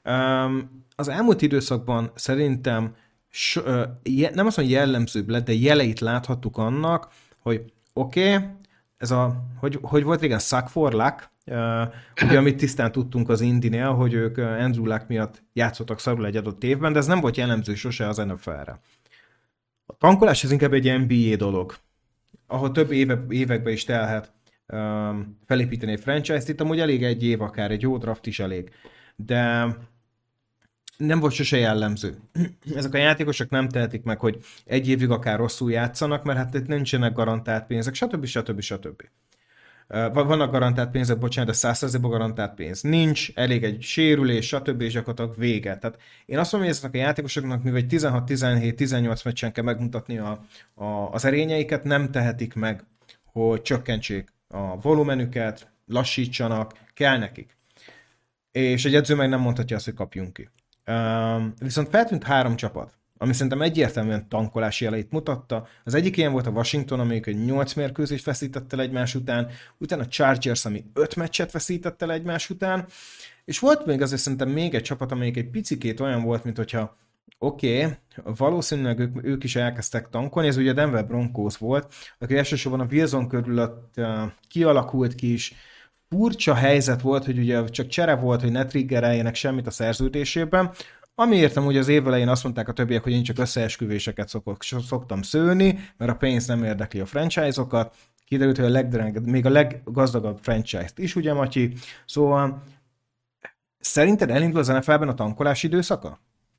az elmúlt időszakban szerintem so, nem azt mondom, jellemzőbb lett, de jeleit láthattuk annak, hogy oké, okay, ez a, hogy, hogy volt régen, suck for luck, Uh, ugye, amit tisztán tudtunk az Indinél, hogy ők Andrew Luck miatt játszottak szarul egy adott évben, de ez nem volt jellemző sose az en ef el-re. A tankolás ez inkább egy en bé á dolog, ahol több éve, évekbe is telhet um, felépíteni egy franchise-t, itt amúgy elég egy év akár, egy jó draft is elég, de nem volt sose jellemző. Ezek a játékosok nem tehetik meg, hogy egy évig akár rosszul játszanak, mert hát itt nincsenek garantált pénzek, stb. stb. stb. Vannak garantált pénzek, bocsánat, de száz százalékban garantált pénz nincs, elég egy sérülés, stb. És gyakorlatilag vége. Tehát én azt mondom, hogy ezeknek a játékosoknak, mivel tizenhat, tizenhét, tizennyolc meccsen kell megmutatni a, a, az erényeiket, nem tehetik meg, hogy csökkentsék a volumenüket, lassítsanak, kell nekik. És egy edző meg nem mondhatja azt, hogy kapjunk ki. Um, viszont feltűnt három csapat, ami szerintem egyértelműen tankolási jeleit mutatta. Az egyik ilyen volt a Washington, amelyik egy nyolc mérkőzést veszített el egymás után, utána a Chargers, ami öt meccset veszített el egymás után, és volt még azért szerintem még egy csapat, amelyik egy picikét olyan volt, mint hogyha oké, okay, valószínűleg ők, ők is elkezdtek tankolni, ez ugye a Denver Broncos volt, aki elsősorban a Wilson körül uh, kialakult ki is, furcsa helyzet volt, hogy ugye csak csere volt, hogy ne triggereljenek semmit a szerződésében, ami értem, hogy az év elején azt mondták a többiek, hogy én csak összeesküvéseket szokok, szoktam szőni, mert a pénz nem érdekli a franchise-okat. Kiderült, hogy a legdrenged, még a leggazdagabb franchise-t is, ugye Matyi? Szóval szerinted elindul az en ef el-ben a tankolás időszaka?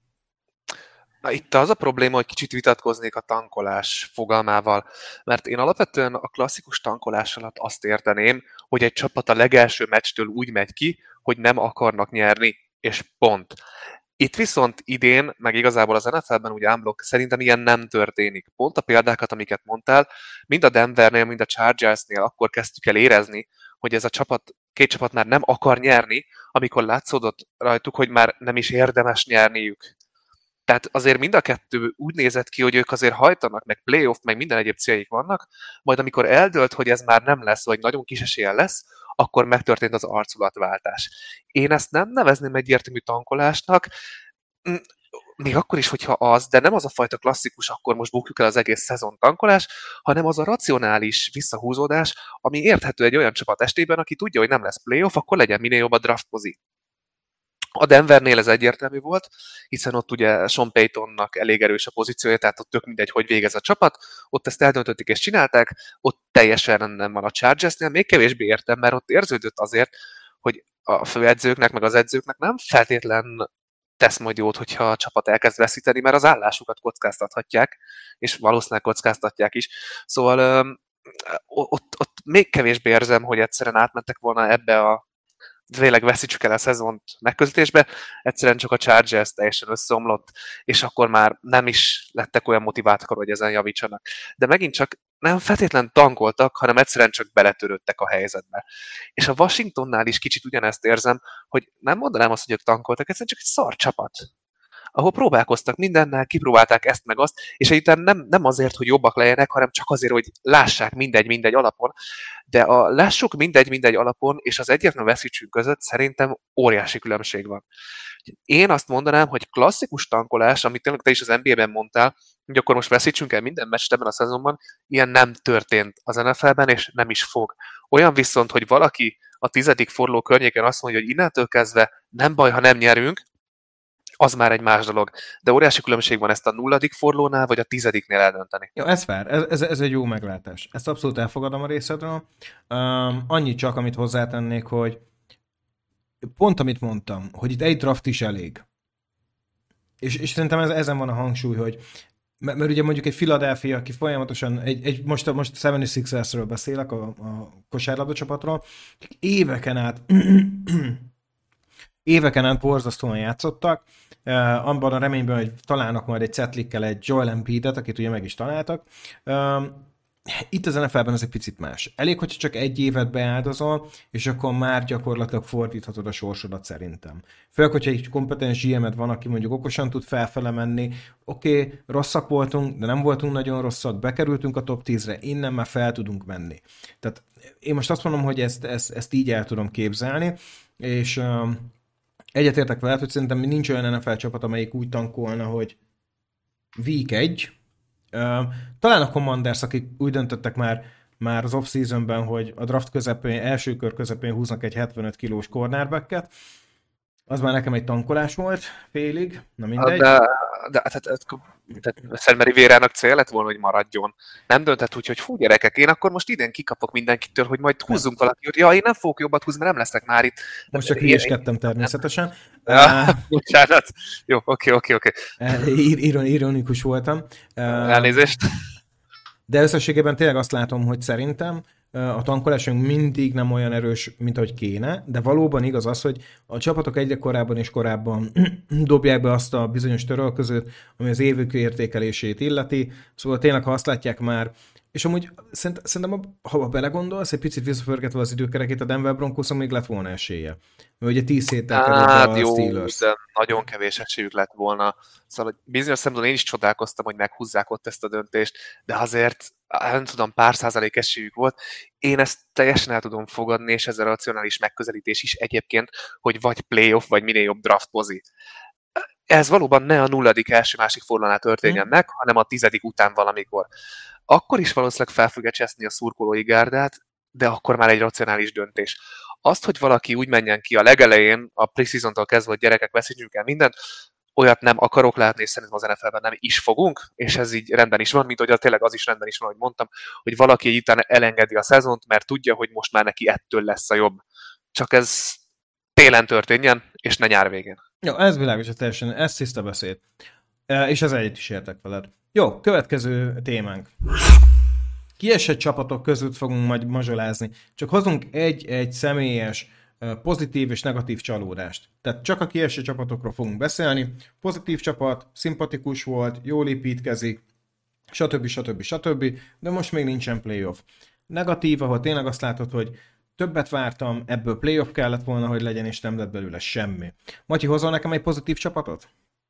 Na, itt az a probléma, hogy kicsit vitatkoznék a tankolás fogalmával, mert én alapvetően a klasszikus tankolás alatt azt érteném, hogy egy csapat a legelső meccstől úgy megy ki, hogy nem akarnak nyerni, és pont. Itt viszont idén, meg igazából az en ef el-ben úgy unblock, szerintem ilyen nem történik. Pont a példákat, amiket mondtál, mind a Denvernél, mind a Chargersnél akkor kezdtük el érezni, hogy ez a csapat, két csapat már nem akar nyerni, amikor látszódott rajtuk, hogy már nem is érdemes nyerniük. Tehát azért mind a kettő úgy nézett ki, hogy ők azért hajtanak, meg playoff, meg minden egyéb céljuk vannak, majd amikor eldőlt, hogy ez már nem lesz, vagy nagyon kis eséllyel lesz, akkor megtörtént az arculatváltás. Én ezt nem nevezném egyértelmű tankolásnak, még akkor is, hogyha az, de nem az a fajta klasszikus, akkor most bukjuk el az egész szezon tankolás, hanem az a racionális visszahúzódás, ami érthető egy olyan csapat estében, aki tudja, hogy nem lesz playoff, akkor legyen minél jobb a draft pozi. A Denvernél ez egyértelmű volt, hiszen ott ugye Sean Paytonnak elég erős a pozíciója, tehát ott tök mindegy, hogy végez a csapat, ott ezt eldöntötték és csinálták, ott teljesen rendben van a Chargersnél, még kevésbé értem, mert ott érződött azért, hogy a főedzőknek, meg az edzőknek nem feltétlen tesz majd jót, hogyha a csapat elkezd veszíteni, mert az állásukat kockáztathatják, és valószínűleg kockáztatják is. Szóval ott, ott még kevésbé érzem, hogy egyszerűen átmentek volna ebbe a tényleg veszítsük el a szezont megközelítésbe, egyszerűen csak a Chargers teljesen összeomlott, és akkor már nem is lettek olyan motiváltak, hogy ezen javítsanak. De megint csak nem feltétlen tankoltak, hanem egyszerűen csak beletörődtek a helyzetbe. És a Washingtonnál is kicsit ugyanezt érzem, hogy nem mondanám azt, hogy ők tankoltak, egyszerűen csak egy szar csapat, ahol próbálkoztak mindennel, kipróbálták ezt meg azt, és egyáltalán nem, nem azért, hogy jobbak legyenek, hanem csak azért, hogy lássák mindegy-mindegy alapon, de a lássuk mindegy-mindegy alapon, és az egyetlen veszítsünk között szerintem óriási különbség van. Én azt mondanám, hogy klasszikus tankolás, amit tényleg te is az en bé á-ben mondtál, hogy akkor most veszítsünk el minden meccset ebben a szezonban, ilyen nem történt az en ef el-ben, és nem is fog. Olyan viszont, hogy valaki a tizedik forduló környéken azt mondja, hogy innentől kezdve nem baj, ha nem nyerünk, az már egy más dolog. De óriási különbség van ezt a nulladik fordulónál, vagy a tizediknél eldönteni. Jó, ez fair, ez, ez, ez egy jó meglátás. Ezt abszolút elfogadom a részedről. Um, annyit csak, amit hozzátennék, hogy pont amit mondtam, hogy itt egy draft is elég. És, és szerintem ez, ezen van a hangsúly, hogy mert, mert ugye mondjuk egy Philadelphia, aki folyamatosan, egy, egy, most, most a hetvenhatos-ről beszélek, a, a kosárlabda csapatról, éveken át éveken át borzasztóan játszottak, uh, abban a reményben, hogy találnak majd egy Cetlikkel egy Joel Embiidet, akit ugye meg is találtak. Uh, itt az en ef el-ben ez egy picit más. Elég, hogyha csak egy évet beáldozol, és akkor már gyakorlatilag fordíthatod a sorsodat szerintem. Főleg, hogyha egy kompetens gé em-ed van, aki mondjuk okosan tud felfele menni, oké, okay, rosszak voltunk, de nem voltunk nagyon rosszak, bekerültünk a top tízre, innen már fel tudunk menni. Tehát én most azt mondom, hogy ezt, ezt, ezt így el tudom képzelni, és uh, egyetértek veled, hogy szerintem nincs olyan en ef el csapat, amelyik úgy tankolna, hogy week egy. Uh, talán a Commanders, akik úgy döntöttek már, már az off-seasonben, hogy a draft közepén, első kör közepén húznak egy hetvenöt kilós cornerbacket. Az már nekem egy tankolás volt, félig, na mindegy. De, de tehát, tehát Szelmeri Vérának cél lett volna, hogy maradjon. Nem döntett úgy, hogy fú gyerekek, én akkor most idén kikapok mindenkitől, hogy majd húzzunk valakit. Ja, én nem fogok jobbat húzni, mert nem lesznek már itt. Most csak hülyeskedtem természetesen. Ja, uh, bocsánat. Jó, oké, oké, oké. Ironikus voltam. Uh, Elnézést. De összességében tényleg azt látom, hogy szerintem a tankolásunk mindig nem olyan erős, mint ahogy kéne, de valóban igaz az, hogy a csapatok egyre korábban és korábban dobják be azt a bizonyos törölközőt, ami az évük értékelését illeti, szóval tényleg, ha azt látják már, és amúgy szerint, szerintem, ha belegondolsz, egy picit visszaförgetve az időkerekét, a Denver Broncoson még lett volna esélye. Mert ugye tíz héttel került hát a jó, Steelers. De nagyon kevés esélyük lett volna. Szóval bizonyos szempontból én is csodálkoztam, hogy meghúzzák ott ezt a döntést, de azért nem tudom, pár százalék esélyük volt. Én ezt teljesen el tudom fogadni, és ez a racionális megközelítés is egyébként, hogy vagy playoff, vagy minél jobb draft mozi. Ez valóban ne a nulladik első-másik fordulónál történjen meg, hanem a tizedik után valamikor. Akkor is valószínűleg fel fogja cseszni a szurkolói gárdát, de akkor már egy racionális döntés. Azt, hogy valaki úgy menjen ki a legelején, a pre-seasontól kezdve, hogy gyerekek, veszítsünk el mindent, olyat nem akarok látni, és szerintem az en ef el-ben nem is fogunk, és ez így rendben is van, mint hogy tényleg az is rendben is van, hogy mondtam, hogy valaki egy után elengedi a szezont, mert tudja, hogy most már neki ettől lesz a jobb. Csak ez télen történjen, és ne nyár végén. Jó, ez világos, ez teljesen, ez tiszta beszéd. E, és ez egyet is értek veled. Jó, következő témánk. Kiesett csapatok között fogunk majd mazsolázni. Csak hozunk egy-egy személyes pozitív és negatív csalódást. Tehát csak a kieső csapatokról fogunk beszélni. Pozitív csapat, szimpatikus volt, jól építkezik, stb. stb. stb. De most még nincsen playoff. Negatív, ahol tényleg azt látod, hogy többet vártam, ebből playoff kellett volna, hogy legyen, és nem lett belőle semmi. Matyi, hozol nekem egy pozitív csapatot?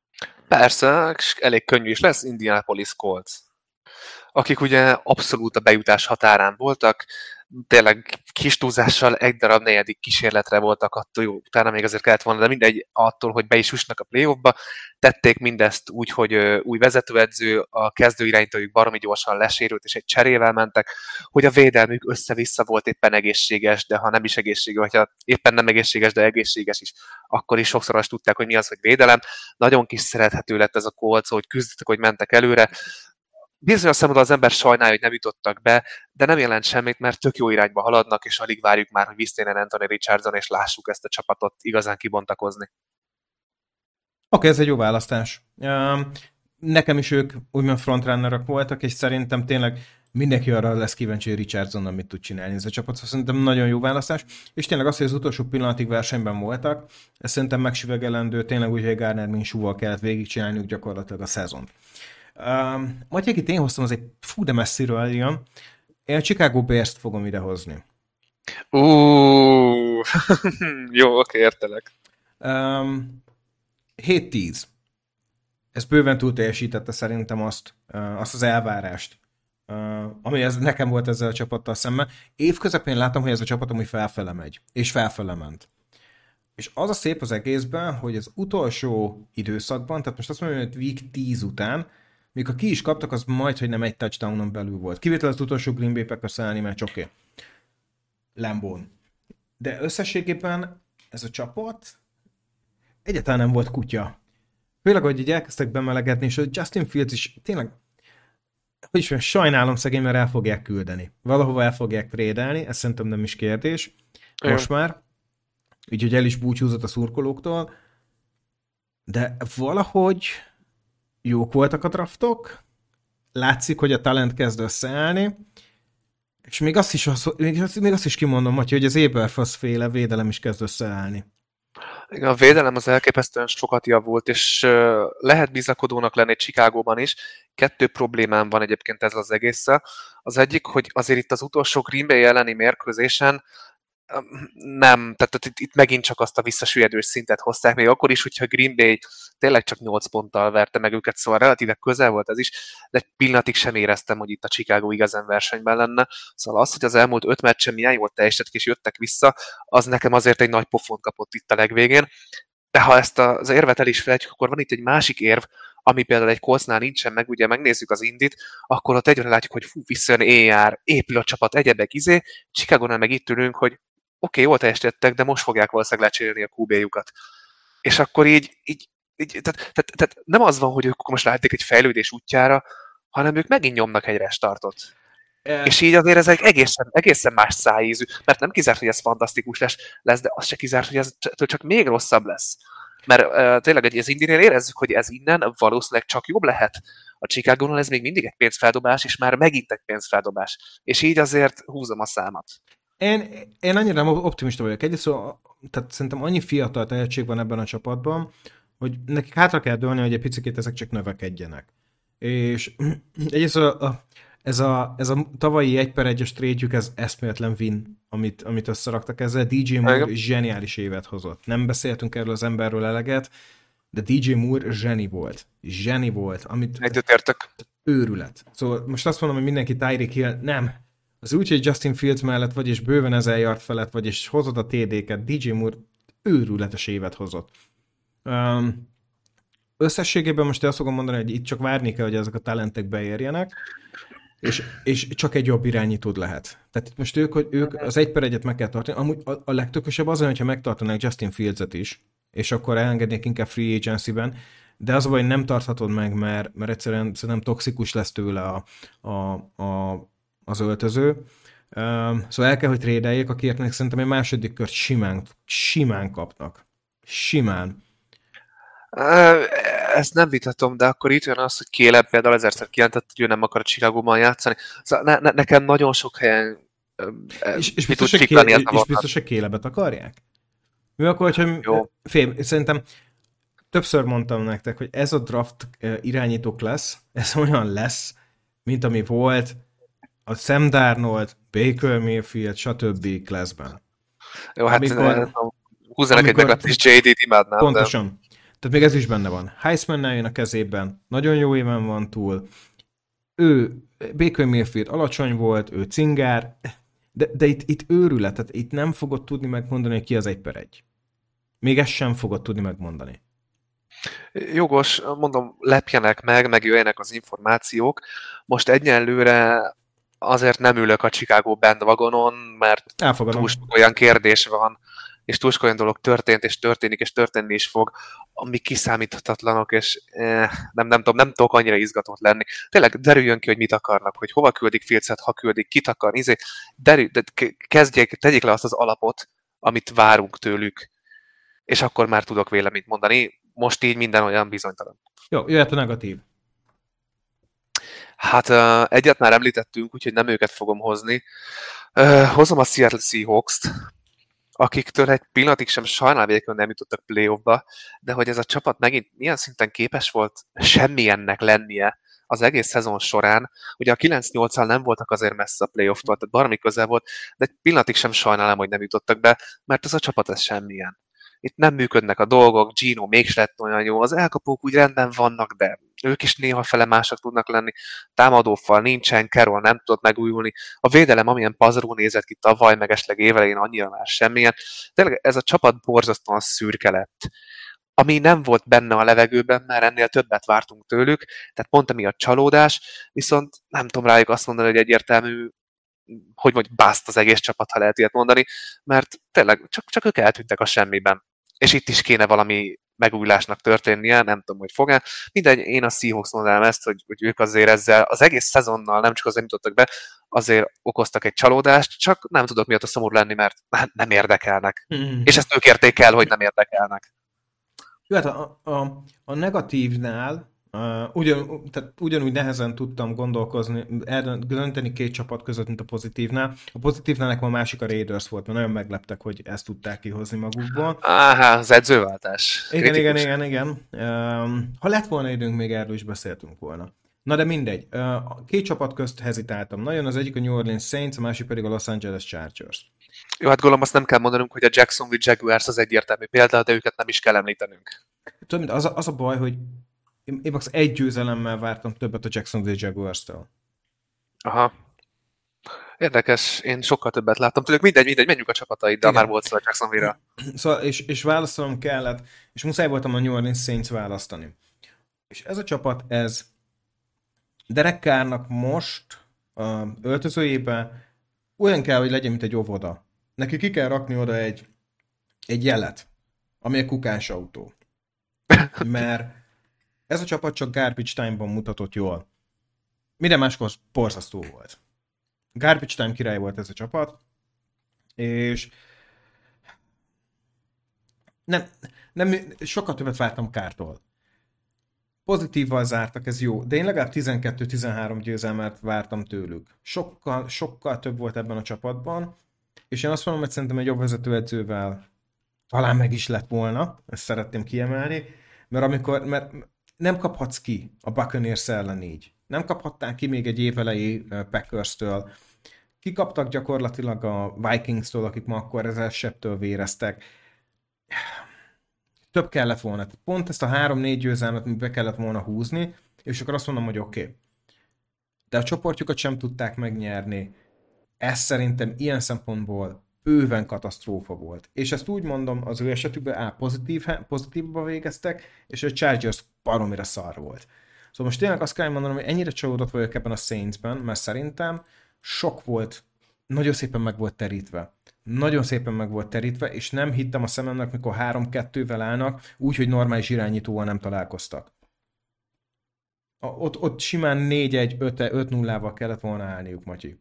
Persze, elég könnyű is lesz, Indianapolis Colts. Akik ugye abszolút a bejutás határán voltak, tényleg kis túlzással egy darab negyedik kísérletre voltak, attól jó, utána még azért kellett volna, de mindegy, attól, hogy be is jussanak a playoffba, tették mindezt úgy, hogy új vezetőedző, a kezdőirányítójuk baromi gyorsan lesérült, és egy cserével mentek, hogy a védelmük össze-vissza volt éppen egészséges, de ha nem is egészséges, vagy ha éppen nem egészséges, de egészséges is, akkor is sokszor azt tudták, hogy mi az, hogy védelem. Nagyon kis szerethető lett ez a Colts, hogy küzdöttek, hogy mentek előre. Bizonyos szempontból az ember sajnálja, hogy nem jutottak be, de nem jelent semmit, mert tök jó irányba haladnak, és alig várjuk már, hogy visszatérjen Anthony Richardson, és lássuk ezt a csapatot igazán kibontakozni. Oké, okay, ez egy jó választás. Um, nekem is ők úgymond frontrunnerok voltak, és szerintem tényleg mindenki arra lesz kíváncsi, hogy Richardson mit tud csinálni ez a csapat. Szóval szerintem nagyon jó választás, és tényleg az, hogy az utolsó pillanatig versenyben voltak, ez szerintem megsüvegelendő, tényleg úgy, hogy Gardner Minshewval kellett végigcsinálniuk gyakorlatilag a szezont. Um, majd akit én hoztam, az egy fú, de messziről jön. Én a Chicago Bears-t fogom idehozni. Uh, jó, oké, értelek. Um, hét tíz. Ez bőven túl teljesítette szerintem azt, uh, azt az elvárást, uh, ami ez, nekem volt ezzel a csapattal szemben. Év közepén látom, hogy ez a csapat amúgy felfele megy, és felfele ment. És az a szép az egészben, hogy az utolsó időszakban, tehát most azt mondom, hogy week tíz után, mikor ki is kaptak, az majd, hogy nem egy touchdownon belül volt. Kivétel az utolsó Green Bay Packers elleni meccs, oké. Okay. Lambón. De összességében ez a csapat egyáltalán nem volt kutya. Főleg, hogy így elkezdtek bemelegedni, és a Justin Fields is tényleg, hogy is mondjam, sajnálom szegény, mert el fogják küldeni. Valahova el fogják trédelni, ez szerintem nem is kérdés. Most mm. már. Úgyhogy el is búcsúzott a szurkolóktól. De valahogy jók voltak a draftok, látszik, hogy a talent kezd összeállni, és még azt is, az, még azt, még azt is kimondom, Matyi, hogy az Eberfluss féle védelem is kezd összeállni. Igen, a védelem az elképesztően sokat javult, és uh, lehet bizakodónak lenni Chicagóban is. Kettő problémám van egyébként ezzel az egésszel. Az egyik, hogy azért itt az utolsó Green Bay elleni mérkőzésen nem, tehát itt, itt megint csak azt a visszasüllyedős szintet hozták, még akkor is, hogyha Green Bay tényleg csak nyolc ponttal verte meg őket, szóval relatíve közel volt ez is, de egy pillanatig sem éreztem, hogy itt a Chicago igazán versenyben lenne. Szóval az, hogy az elmúlt öt meccsen milyen jól teljesítettek és jöttek vissza, az nekem azért egy nagy pofont kapott itt a legvégén. De ha ezt az érvet el is felejtjük, akkor van itt egy másik érv, ami például egy Coltsnál nincsen, meg ugye megnézzük az Indit, akkor ott egyre látjuk, hogy fú, visszajön á er, épül a csapat, egyebek izé, Chicagónál meg itt ülünk, hogy oké, okay, jól teljesítettek, de most fogják valószínűleg lecserélni a kú bé-jukat. És akkor így, így, így tehát, tehát, tehát nem az van, hogy ők most látják egy fejlődés útjára, hanem ők megint nyomnak egy restartot. E... És így azért ez egy egészen, egészen más szájízű, mert nem kizárt, hogy ez fantasztikus lesz, lesz, de az se kizárt, hogy ez csak még rosszabb lesz. Mert uh, tényleg az Indinél érezzük, hogy ez innen valószínűleg csak jobb lehet. A Chicagónál ez még mindig egy pénzfeldobás, és már megint egy pénzfeldobás. És így azért húzom a számat. Én, én annyira nem optimista vagyok. Egyrészt, szóval, tehát szerintem annyi fiatal tehetség van ebben a csapatban, hogy nekik hátra kell dőlni, hogy egy picit ezek csak növekedjenek. És egyrészt a, a, ez, a, ez a tavalyi egy per egyes trade-jük, ez eszméletlen win, amit, amit összeraktak ezzel. dé dzsé Moore zseniális évet hozott. Nem beszéltünk erről az emberről eleget, de dé dzsé Moore zseni volt. Zseni volt. Amit, Egyetértek. Őrület. Szóval most azt mondom, hogy mindenki Tyreek Hill, nem. Az úgy, hogy Justin Fields mellett vagy, és bőven ezer yard felett vagy, és hozod a té dé-ket, dé dzsé Moore őrületes évet hozott. Um, összességében most azt fogom mondani, hogy itt csak várni kell, hogy ezek a talentek beérjenek, és, és csak egy jobb irányítód lehet. Tehát itt most ők, hogy ők az egy per egyet meg kell tartani. Amúgy a, a legtökösebb az, hogyha megtartanák Justin Fields-et is, és akkor elengednék inkább free agency-ben, de az a baj, hogy nem tarthatod meg, mert, mert egyszerűen szerintem toxikus lesz tőle a, a, a az öltöző. Um, szóval el kell, hogy trédeljék, akiknek szerintem egy második kört simán, simán kapnak. Simán. Ezt nem vitatom, de akkor itt jön az, hogy Caleb például ezerszer kijelentett, hogy ő nem akar a Chicagóban játszani. Szóval ne, ne, nekem nagyon sok helyen és, és biztos, hogy Caleb, és biztos, hogy Calebet akarják? Mi akkor, hogyha... Fél, szerintem többször mondtam nektek, hogy ez a draft irányítók lesz, ez olyan lesz, mint ami volt a Sam Darnold, Baker Mayfield, stb. Classben. Jó, hát amikor, húzzanak egy meglepés jé dé-t, imádnám. Pontosan. De... Tehát még ez is benne van. Heisman-nel jön a kezében, nagyon jó éven van túl. Ő, Baker Mayfield alacsony volt, ő cingár, de, de itt, itt őrület, tehát itt nem fogod tudni megmondani, hogy ki az egy per egy. Még ezt sem fogod tudni megmondani. Jogos, mondom, lepjenek meg, megjöjjenek az információk. Most egyenlőre azért nem ülök a Chicago bandwagonon, mert Elfogadom. túl sok olyan kérdés van, és túl sok olyan dolog történt, és történik, és történni is fog, ami kiszámíthatatlanok, és eh, nem, nem tudom, nem tudok annyira izgatott lenni. Tényleg derüljön ki, hogy mit akarnak, hogy hova küldik Fields-et, ha küldik, kit akar, izé, derül, de kezdjék, tegyék le azt az alapot, amit várunk tőlük, és akkor már tudok véleményt mondani. Most így minden olyan bizonytalan. Jó, jöhet a negatív. Hát uh, egyet már említettünk, úgyhogy nem őket fogom hozni. Uh, hozom a Seattle Seahawks-t, akiktől egy pillanatig sem sajnálom, hogy nem jutottak playoffba, de hogy ez a csapat megint milyen szinten képes volt semmilyennek lennie az egész szezon során. Ugye a kilenc nyolccal nem voltak azért messze a playoff-tól, tehát baromi közel volt, de egy pillanatig sem sajnálom, hogy nem jutottak be, mert ez a csapat ez semmilyen. Itt nem működnek a dolgok, Gino mégis lett olyan jó, az elkapók úgy rendben vannak, de ők is néha fele mások tudnak lenni, támadófal nincsen, Carroll nem tudott megújulni, a védelem amilyen pazarul nézett ki tavaly, meg esetleg évelején annyira már semmilyen. Tényleg ez a csapat borzasztóan szürke lett. Ami nem volt benne a levegőben, mert ennél többet vártunk tőlük, tehát pont emiatt csalódás, viszont nem tudom rájuk azt mondani, hogy egyértelmű, hogy vagy bászt az egész csapat, ha lehet ilyet mondani, mert tényleg csak, csak ők eltűntek a semmiben. És itt is kéne valami megújulásnak történnie, nem tudom, hogy fog-e. Mindegy, én a Seahawks mondanám ezt, hogy, hogy ők azért ezzel az egész szezonnal, nem csak azért jutottak be, azért okoztak egy csalódást, csak nem tudok miatt a szomorú lenni, mert nem érdekelnek. Mm. És ezt ők érték el, hogy nem érdekelnek. Jó, hát a, a, a negatívnál uh, ugyan, tehát ugyanúgy nehezen tudtam gondolkozni, dönteni két csapat között, mint a pozitívnál. A pozitívnál nekem a másik a Raiders volt, mert nagyon megleptek, hogy ezt tudták kihozni magukból. Áhá, az edzőváltás. Igen, Kritikus. igen, igen, igen. Um, ha lett volna időnk, még erről is beszéltünk volna. Na de mindegy. Uh, két csapat közt hezitáltam. Nagyon az egyik a New Orleans Saints, a másik pedig a Los Angeles Chargers. Jó, hát gondolom azt nem kell mondanunk, hogy a Jacksonville Jaguars az egyértelmű példa, de őket nem is kell említenünk. Tudod, az a, az a baj, hogy én, én max egy győzelemmel vártam többet a Jacksonville Jaguars-től. Aha. Érdekes, én sokkal többet láttam tőlük. Mindegy, mindegy, menjünk a csapataiddal, már volt szó a Jacksonville-re. Szóval, és, és válaszolnom kellett, és muszáj voltam a New Orleans Saints választani. És ez a csapat, ez Derek Carrnak most a öltözőjében olyan kell, hogy legyen, mint egy óvoda. Neki ki kell rakni oda egy, egy jelet, ami egy kukás autó. Mert ez a csapat csak garbage time-ban mutatott jól. Minden máskor borzasztó volt. Garbage time király volt ez a csapat, és nem, nem, sokkal többet vártam Carrtól. Pozitívval zártak, ez jó, de én legalább tizenkettő-tizenhárom győzelmet vártam tőlük. Sokkal, sokkal több volt ebben a csapatban, és én azt mondom, hogy szerintem egy jobb vezetőedzővel talán meg is lett volna, ezt szeretném kiemelni, mert amikor, mert nem kaphatsz ki a Buccaneers ellen így. Nem kaphatták ki még egy évelei Packers-től. Kikaptak gyakorlatilag a Vikings-től, akik ma akkor ezzel septől véreztek. Több kellett volna. Pont ezt a három-négy győzelmet be kellett volna húzni, és akkor azt mondom, hogy oké. Okay. De a csoportjukat sem tudták megnyerni. Ez szerintem ilyen szempontból bőven katasztrófa volt. És ezt úgy mondom, az ő esetükben á, pozitív, pozitívba végeztek, és a Chargers baromira szar volt. Szóval most tényleg azt kell mondanom, hogy ennyire csalódott vagyok ebben a Saintsben, mert szerintem sok volt, nagyon szépen meg volt terítve. Nagyon szépen meg volt terítve, és nem hittem a szememnek, mikor három-kettővel állnak, úgy, hogy normális irányítóval nem találkoztak. Ott, ott simán négy-egy, öt nullával kellett volna állniuk, Matyi.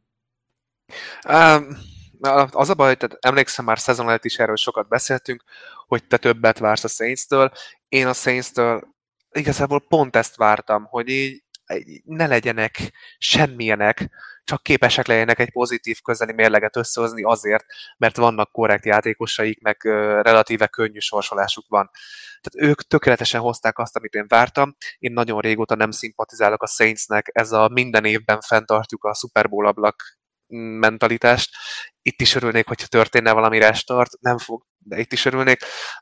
Um, az a baj, hogy emlékszem, már szezon előtt is erről sokat beszéltünk, hogy te többet vársz a Saints-től. Én a Saints-től igazából pont ezt vártam, hogy így ne legyenek semmilyenek, csak képesek legyenek egy pozitív közeli mérleget összehozni azért, mert vannak korrekt játékosaik, meg relatíve könnyű sorsolásuk van. Tehát ők tökéletesen hozták azt, amit én vártam. Én nagyon régóta nem szimpatizálok a Saintsnek, ez a minden évben fenntartjuk a Super Bowl ablak mentalitást. Itt is örülnék, hogyha történne valami restart, nem fog, de itt is örülnék.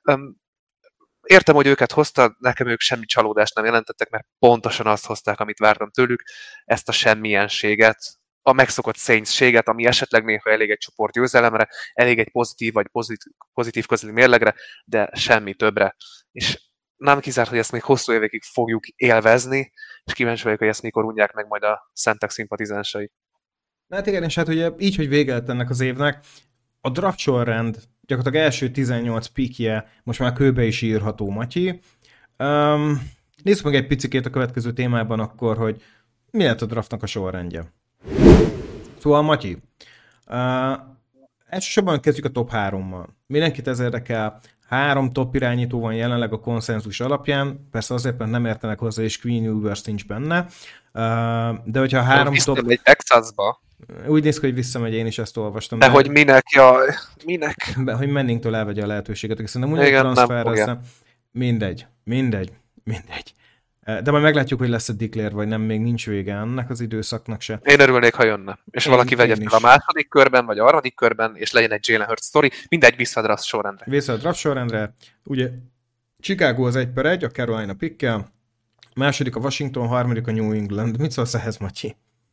Értem, hogy őket hozta, nekem ők semmi csalódást nem jelentettek, mert pontosan azt hozták, amit vártam tőlük, ezt a semmilyenséget, a megszokott Saints-séget, ami esetleg néha elég egy csoport győzelemre, elég egy pozitív vagy pozitív, pozitív közeli mérlegre, de semmi többre. És nem kizárt, hogy ezt még hosszú évekig fogjuk élvezni, és kíváncsi vagyok, hogy ezt mikor unják meg majd a szentek szimpatizánsai. Hát igen, és hát ugye így, hogy vége lett ennek az évnek, a draft sorrend gyakorlatilag első tizennyolc pikje most már kőbe is írható, Matyi. Um, nézzük meg egy picikét a következő témában akkor, hogy mi lett a draftnak a sorrendje. Szóval, Matyi, uh, elsősorban kezdjük a top hárommal. Mindenkit ez érdekel. Három top irányító van jelenleg a konszenzus alapján, persze azért, mert nem értenek hozzá, és Queen Ewers nincs benne, de hogyha három top... Visszamegy Texasba. Úgy néz ki, hogy visszamegy, én is ezt olvastam. De hogy minek, jaj, minek? Hogy Manningtől elvegye a lehetőséget. Szerintem úgy Igen, transfer lesz. Mindegy, mindegy, mindegy. De majd meglátjuk, hogy lesz a declare, vagy nem, még nincs vége ennek az időszaknak se. Én örülnék, ha jönne. És én, valaki vegye fel a második körben, vagy a harmadik körben, és legyen egy Jalen Hurts sztori, mindegy, vissza a draft sorrendre. Vissza a draft sorrendre. Ugye Chicago az egy per egy, a Carolina pickkel, második a Washington, harmadik a New England. Mit szólsz ehhez, Matyi?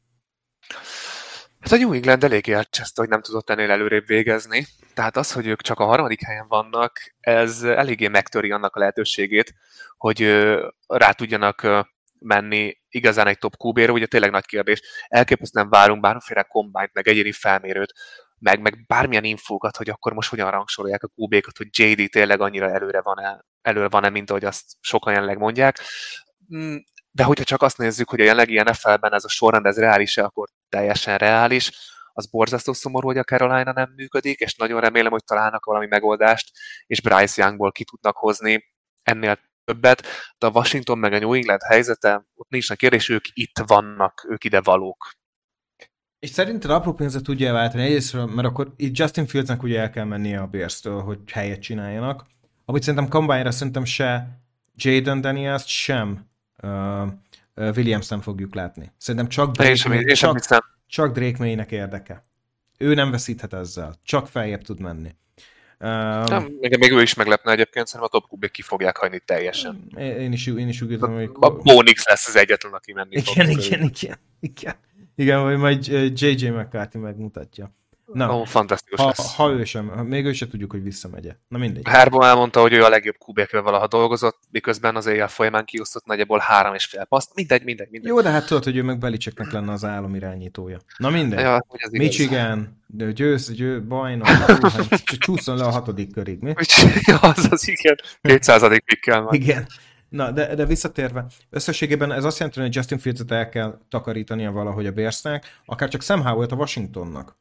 Hát a New England eléggé elcseszte, hogy nem tudott ennél előrébb végezni. Tehát az, hogy ők csak a harmadik helyen vannak, ez eléggé megtöri annak a lehetőségét, hogy rá tudjanak menni igazán egy top kú bé-re. Ugye tényleg nagy kérdés. Elképesztően várunk bármiféle combine-t, meg egyéni felmérőt, meg, meg bármilyen infókat, hogy akkor most hogyan rangsorolják a kú bé-kat, hogy jé dé tényleg annyira előre van-e, előre van-e, mint ahogy azt sokan jelenleg mondják. De hogyha csak azt nézzük, hogy a jelenlegi en ef el-ben ez a sorrend, ez reális-e, akkor teljesen reális. Az borzasztó szomorú, hogy a Carolina nem működik, és nagyon remélem, hogy találnak valami megoldást, és Bryce Youngból ki tudnak hozni ennél többet. De a Washington meg a New England helyzete, ott nincs nagy kérdés, ők itt vannak, ők ide valók. És szerinted apró pénzre tudja váltani egyrésztről, mert akkor itt Justin Fieldsnek ugye el kell mennie a Bears-től, hogy helyet csináljanak. Amit szerintem combine-ra szerintem se Jaden Daniels, sem uh, Williams nem fogjuk látni. Szerintem csak Drake, May, csak, csak Drake May-nek érdeke. Ő nem veszíthet ezzel. Csak feljebb tud menni. Uh, nem, még, még ő is meglepne egyébként, szerintem a top kú bé ki fogják hagyni teljesen. Én is, én is úgy gondolom, hogy... A Bo Nix lesz az egyetlen, aki menni igen, fog. Igen, igen, igen, igen. Igen, vagy majd jé jé McCarthy megmutatja. Na, oh, fantasztikus ha, lesz. ha ő sem, ha még ő sem tudjuk, hogy visszamegye. Na mindegy. Harbaugh elmondta, hogy ő a legjobb kú bé-kkel valaha dolgozott, miközben az éjjel folyamán kiosztott nagyjából három és fél paszt. Mindegy, mindegy, mindegy. Jó, de hát tudod, hogy ő meg Belichicknek lenne az álom irányítója. Na mindegy. Ja, Michigan, győz, győz, bajnok, hát, csúszson le a hatodik körig, mi? Ja, az az igen, kétszázadik pikkel már. Igen. Na, de, de visszatérve, összességében ez azt jelenti, hogy Justin Fields-et el kell takarítania valahogy a Bearsnek, akár csak Sam Howell-t a Washingtonnak.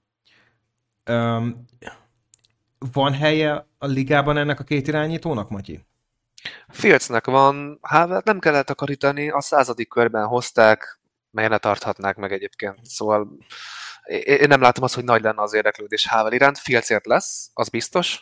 Um, van helye a ligában ennek a két irányítónak, Matyi? Fieldsnek van, hát nem kell eltakarítani, a századik körben hozták, miért ne tarthatnák meg egyébként. Szóval én nem látom azt, hogy nagy lenne az érdeklődés Howell iránt. Fieldsért lesz, az biztos.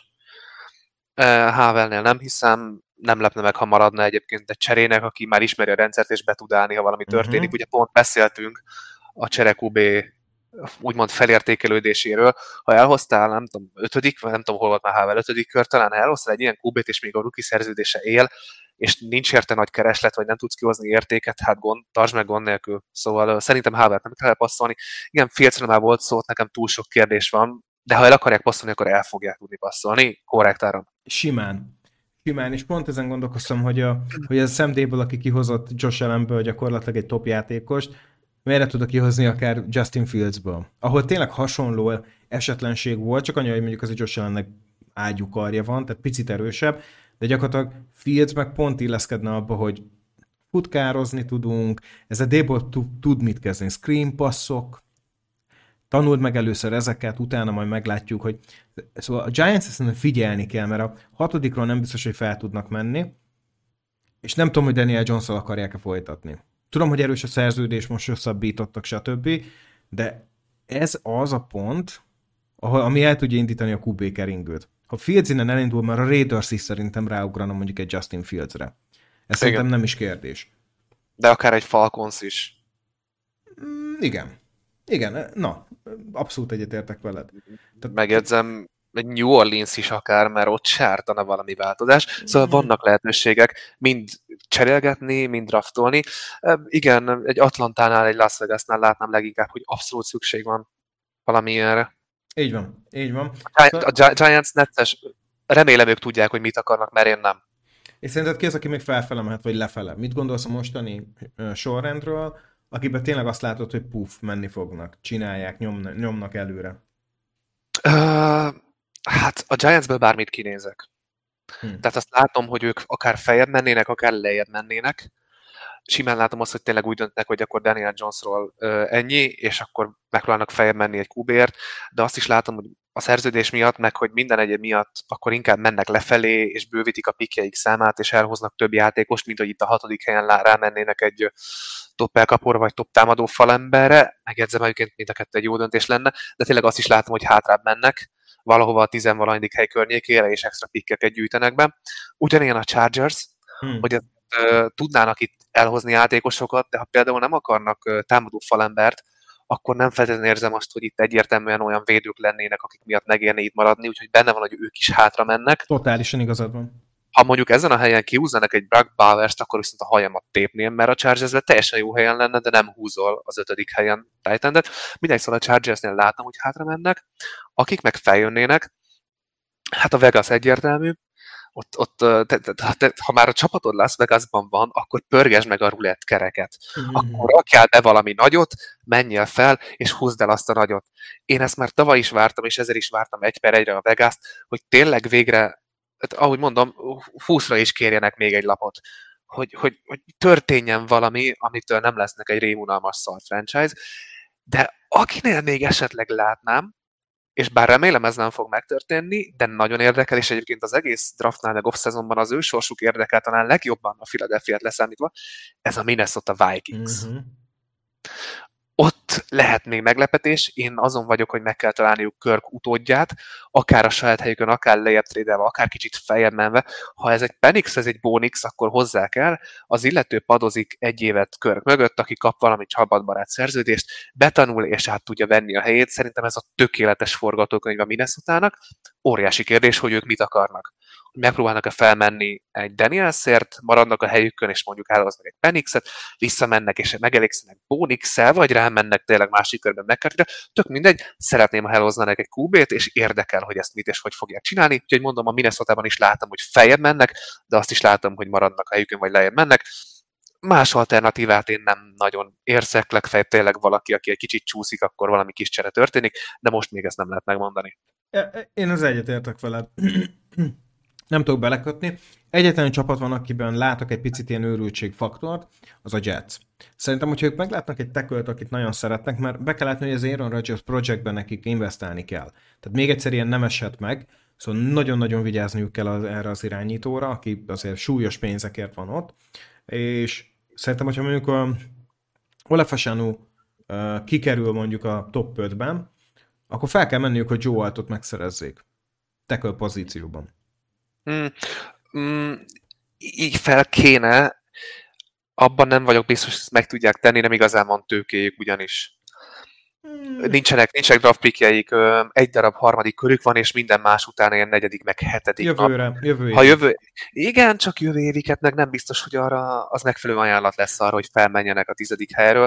Howellnél nem hiszem, nem lepne meg, ha maradna egyébként egy cserének, aki már ismeri a rendszert és be tud állni, ha valami történik. Uh-huh. Ugye pont beszéltünk a csere kú bé úgymond felértékelődéséről. Ha elhoztál, nem tudom, ötödik, nem tudom, hol volt már Howell ötödik kör, talán ha elhoztál egy ilyen kú bét, és még a rookie szerződése él, és nincs érte nagy kereslet, vagy nem tudsz kihozni értéket, hát gond, tartsd meg gond nélkül. Szóval uh, szerintem Howellt nem kell passzolni. Igen, Fieldsre már volt szó, nekem túl sok kérdés van, de ha el akarják passzolni, akkor el fogják tudni passzolni, korrekt áron. Simán. Simán, és pont ezen gondolkoztam, hogy, a, hogy ez Sam Dayből, aki kihozott Josh Allenből gyakorlatilag egy top játékost, miért tudok kihozni akár Justin Fieldsből, ahol tényleg hasonló esetlenség volt, csak annyi, hogy mondjuk az egy Josh Allennek ágyukarja van, tehát picit erősebb, de gyakorlatilag Fields meg pont illeszkedne abba, hogy futkározni tudunk, ez a Dayből tud mit kezdeni, screen passzok, tanuld meg először ezeket, utána majd meglátjuk, hogy... Szóval a Giants ezt figyelni kell, mert a hatodikról nem biztos, hogy fel tudnak menni, és nem tudom, hogy Daniel Jones-szal akarják-e folytatni. Tudom, hogy erős a szerződés, most hosszabbítottak, stb., de ez az a pont, ahol, ami el tudja indítani a kú bé keringőt. Ha Fields innen elindul, mert a Raiders is szerintem ráugrana mondjuk egy Justin Fieldsre. Ez igen. Szerintem nem is kérdés. De akár egy Falcons is. Mm, igen. Igen, na, abszolút egyetértek veled. Tehát, megjegyzem, egy New Orleans is akár, mert ott sártana valami változás. Szóval vannak lehetőségek mind cserélgetni, mind draftolni. Igen, egy Atlantánál, egy Las Vegasnál látnám leginkább, hogy abszolút szükség van valamilyenre. Így van, így van. A Giants netes, remélem ők tudják, hogy mit akarnak, mert én nem. És szerinted ki az, aki még felfele mehet, vagy lefele? Mit gondolsz a mostani sorrendről, akiben tényleg azt látod, hogy puff, menni fognak, csinálják, nyomnak, nyomnak előre? Uh, hát a Giantsből bármit kinézek. Hmm. Tehát azt látom, hogy ők akár feljebb mennének, akár lejjebb mennének. Simán látom azt, hogy tényleg úgy döntnek, hogy akkor Daniel Jonesról uh, ennyi, és akkor megpróbálnak feljebb menni egy kú bé-ért, de azt is látom, hogy a szerződés miatt, meg hogy minden egyéb miatt akkor inkább mennek lefelé, és bővítik a pikjeik számát, és elhoznak több játékost, mint hogy itt a hatodik helyen rámennének egy top elkapóra, vagy top támadó falemberre. Megjegyzem, egyébként mind a kettő egy jó döntés lenne, de tényleg azt is látom, hogy hátrább mennek, valahova a tizenvalanyadik hely környékére, és extra pikkeket gyűjtenek be. Ugyanilyen a Chargers, hmm. hogy uh, tudnának itt elhozni játékosokat, de ha például nem akarnak uh, támadó falembert, akkor nem feltétlenül érzem azt, hogy itt egyértelműen olyan védők lennének, akik miatt megérné itt maradni, úgyhogy benne van, hogy ők is hátra mennek. Totálisan igazad van. Ha mondjuk ezen a helyen kihúznának egy Brock Bowers-t, akkor viszont a hajamat tépném, mert a Chargersben teljesen jó helyen lenne, de nem húzol az ötödik helyen tight endet. Mindegy, szóval a Chargersnél látom, hogy hátra mennek. Akik meg feljönnének, hát a Vegas egyértelmű, ott, ott te, te, te, ha már a csapatod Las Vegasban van, akkor pörgesd meg a rulett kereket. Mm-hmm. Akkor rakjál be valami nagyot, menjél fel, és húzd el azt a nagyot. Én ezt már tavaly is vártam, és ezért is vártam egy per egyre a Vegas-t, hogy tényleg végre, ahogy mondom, húszra is kérjenek még egy lapot. Hogy, hogy, hogy történjen valami, amitől nem lesznek egy rémunalmas szar franchise. De akinél még esetleg látnám, és bár remélem ez nem fog megtörténni, de nagyon érdekel, és egyébként az egész draftnál, meg off-szezonban az ő sorsuk érdekel talán legjobban a Philadelphia-t leszámítva, ez a Minnesota Vikings. Mm-hmm. Ott lehet még meglepetés, én azon vagyok, hogy meg kell találniuk Kirk utódját, akár a saját helyükön, akár lejjebb trédelve, akár kicsit feljebb menve. Ha ez egy Penix, ez egy Bonix, akkor hozzá kell. Az illető padozik egy évet Kirk mögött, aki kap valami csapatbarát szerződést, betanul és át tudja venni a helyét. Szerintem ez a tökéletes forgatókönyv a Minnesotának. Óriási kérdés, hogy ők mit akarnak. Megpróbálnak-e felmenni egy Danielsért, maradnak a helyükön, és mondjuk elhoznak egy Penixet, visszamennek, és megelégszenek Bonix-szel, vagy rámennek tényleg másik körben McCarthyre. Tök mindegy, szeretném, ha elhoznának egy kú bét, és érdekel, hogy ezt mit és hogy fogják csinálni. Úgyhogy mondom, a Minnesotában is látom, hogy feljebb mennek, de azt is látom, hogy maradnak a helyükön, vagy lejjebb mennek. Más alternatívát én nem nagyon érzek, legfeljebb tényleg valaki, aki egy kicsit csúszik, akkor valami kis csere történik, de most még ezt nem lehet megmondani. Én az egyetértek veled. Nem tudok belekötni. Egyetlen csapat van, akiben látok egy picit ilyen őrültségfaktort, az a Jets. Szerintem, hogyha ők meglátnak egy tackle-t, akit nagyon szeretnek, mert be kell látni, hogy az Aaron Rodgers projektben nekik investálni kell. Tehát még egyszer ilyen nem esett meg, szóval nagyon-nagyon vigyázniuk kell az, erre az irányítóra, aki azért súlyos pénzekért van ott, és szerintem, hogyha mondjuk a Ole Fasanu uh, kikerül mondjuk a top ötben, akkor fel kell menniük, hogy Joe Altot megszerezzék. Tackle pozícióban. Mm, mm, így fel kéne, abban nem vagyok biztos, hogy ezt meg tudják tenni, nem igazán van tőkéjük ugyanis. Mm. Nincsenek, nincsenek draft pickjeik, egy darab harmadik körük van, és minden más után ilyen negyedik, meg hetedik. Jövőre, nap. jövő ha jövő, Igen, csak jövő éviket meg nem biztos, hogy arra az megfelelő ajánlat lesz arra, hogy felmenjenek a tizedik helyről.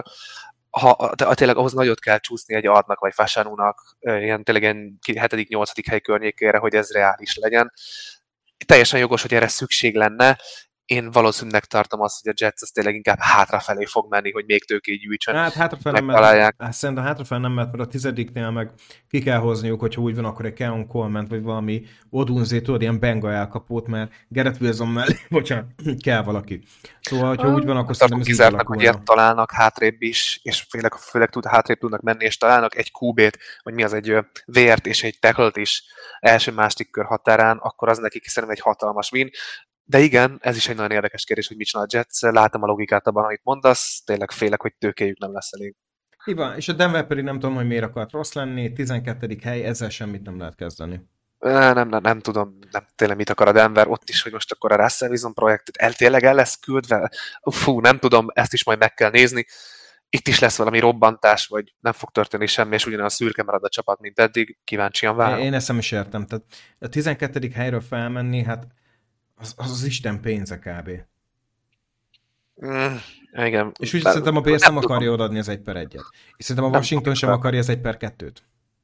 Ha de tényleg ahhoz nagyot kell csúszni egy Adnak vagy Fasanúnak, ilyen tényleg ilyen hetedik, nyolcadik hely környékére, hogy ez reális legyen. Teljesen jogos, hogy erre szükség lenne. Én valószínűleg tartom azt, hogy a Jets az tényleg inkább hátrafelé fog menni, hogy még tőkét gyűjtsön. Hát hátrafelé nem mert, hát szerintem hátrafelé nem mert, mert a tizediknél meg ki kell hozniuk, hogyha úgy van, akkor egy Keon Coleman vagy valami Odunzé, tudod, ilyen benga elkapót, mert Garrett Wilson mellé, bocsánat, kell valaki. Szóval, hogyha úgy van, akkor szerintem ez kizárnak, hogy ilyet találnak hátrébb is, és főleg, főleg tud, hátrébb tudnak menni, és találnak egy kú bét, vagy mi az, egy vért és egy tackle-t is első-második kör határán, akkor az nekik szerintem egy hatalmas win. De igen, ez is egy nagyon érdekes kérdés, hogy mit csinál a Jets. Látom a logikát abban, amit mondasz, tényleg félek, hogy tőkéjük nem lesz elég. Igen, és a Denver pedig nem tudom, hogy miért akart rossz lenni, tizenkettedik hely, ezzel semmit nem lehet kezdeni. Nem, nem, nem tudom, nem tényleg mit akar a Denver, ott is, hogy most akkor a Russell Wilson projektet el, tényleg el lesz küldve. Fú, nem tudom, ezt is majd meg kell nézni. Itt is lesz valami robbantás, vagy nem fog történni semmi, és ugyanolyan szürke marad a csapat, mint eddig. Kíváncsian várom. Én ezt nem is értem. Tehát a tizenkettedik helyről felmenni, hát az az, az Isten pénze kb. Mm, igen. És úgy szerintem a Bears nem, nem akarja odaadni az egy per egyet. És szerintem a Washington sem akarja az egy per kettőt.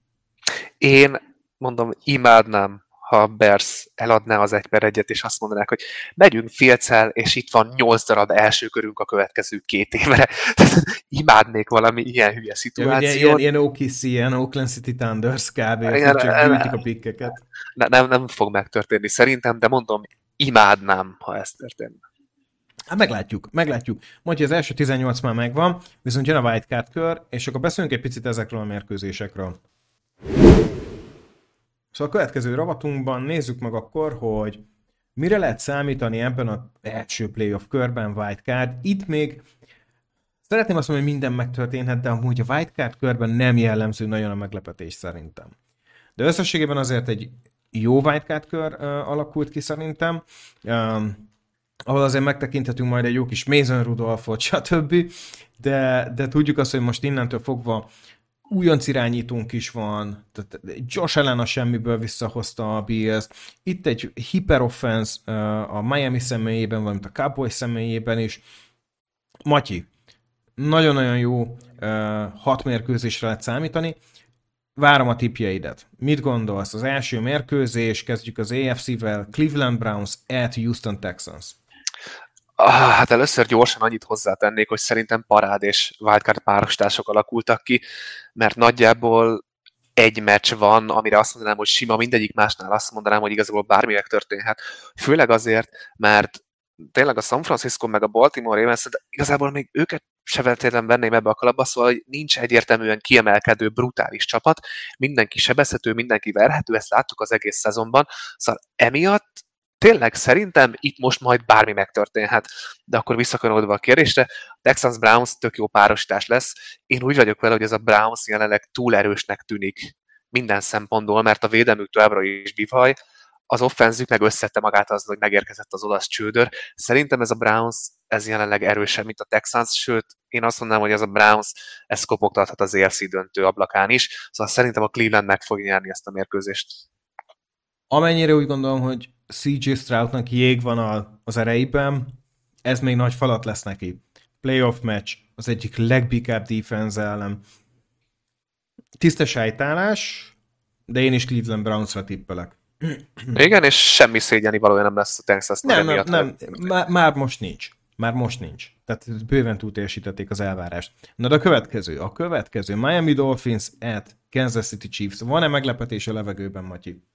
Én mondom, imádnám, ha a Bears eladná az egy per egyet, és azt mondanák, hogy megyünk Fieldszel, és itt van nyolc darab első körünk a következő két évre. Imádnék valami ilyen hülye szituációt. Ilyen, ilyen o ká cé, ilyen Oakland City Thunders kb. Igen, csak gyűjtik a pikkeket. Ne, nem, nem fog megtörténni szerintem, de mondom, imádnám, ha ez történne. Hát meglátjuk, meglátjuk. Mondja, az első tizennyolc már megvan, viszont jön a wildcard kör, és akkor beszélünk egy picit ezekről a mérkőzésekről. Szóval a következő ravatunkban nézzük meg akkor, hogy mire lehet számítani ebben az első playoff körben wildcard. Itt még szeretném azt mondani, hogy minden megtörténhet, de amúgy a wildcard körben nem jellemző nagyon a meglepetés szerintem. De összességében azért egy jó wildcard kör uh, alakult ki szerintem, um, ahol azért megtekinthetünk majd egy jó kis Mason Rudolphot, stb. De, de tudjuk azt, hogy most innentől fogva újonc irányítónk is van, tehát Josh Allen a semmiből visszahozta a Bills, itt egy hiperoffense uh, a Miami személyében, valamint a Cowboys személyében is. Matyi, nagyon-nagyon jó uh, hat mérkőzésre lehet számítani. Várom a tippjeidet. Mit gondolsz? Az első mérkőzés, kezdjük az á ef cé-vel, Cleveland Browns at Houston Texans. Ah, hát először gyorsan annyit hozzátennék, hogy szerintem parád és wildcard párosítások alakultak ki, mert nagyjából egy meccs van, amire azt mondanám, hogy sima, mindegyik másnál azt mondanám, hogy igazából bármi megtörténhet. Főleg azért, mert tényleg a San Francisco meg a Baltimore Ravens, de igazából még őket se feltétlenül venném ebbe a kalapba, szóval hogy nincs egyértelműen kiemelkedő, brutális csapat, mindenki sebezhető, mindenki verhető, ezt láttuk az egész szezonban, szóval emiatt tényleg szerintem itt most majd bármi megtörténhet. De akkor visszakanyarodva a kérdésre, Texans Browns tök jó párosítás lesz. Én úgy vagyok vele, hogy ez a Browns jelenleg túl erősnek tűnik minden szempontból, mert a védelmük továbbra is bivaj, az offenzük meg összette magát az, hogy megérkezett az olasz csődör. Szerintem ez a Browns, ez jelenleg erősebb, mint a Texans, sőt, én azt mondanám, hogy ez a Browns, ez kopogtathat az á ef cé döntő ablakán is, szóval szerintem a Cleveland meg fog nyerni ezt a mérkőzést. Amennyire úgy gondolom, hogy cé jé Stroudnak jég van az erejében, ez még nagy falat lesz neki. Playoff match, az egyik legbikább defense ellen. Tisztes helytállás, de én is Cleveland Brownsra tippelek. Igen, és semmi szégyeni valója nem lesz a Texasnak nem, emiatt. Nem, nem, már, már most nincs. Már most nincs. Tehát bőven túl teljesítették az elvárást. Na de a következő. A következő. Miami Dolphins at Kansas City Chiefs. Van-e meglepetés a levegőben, Matyi?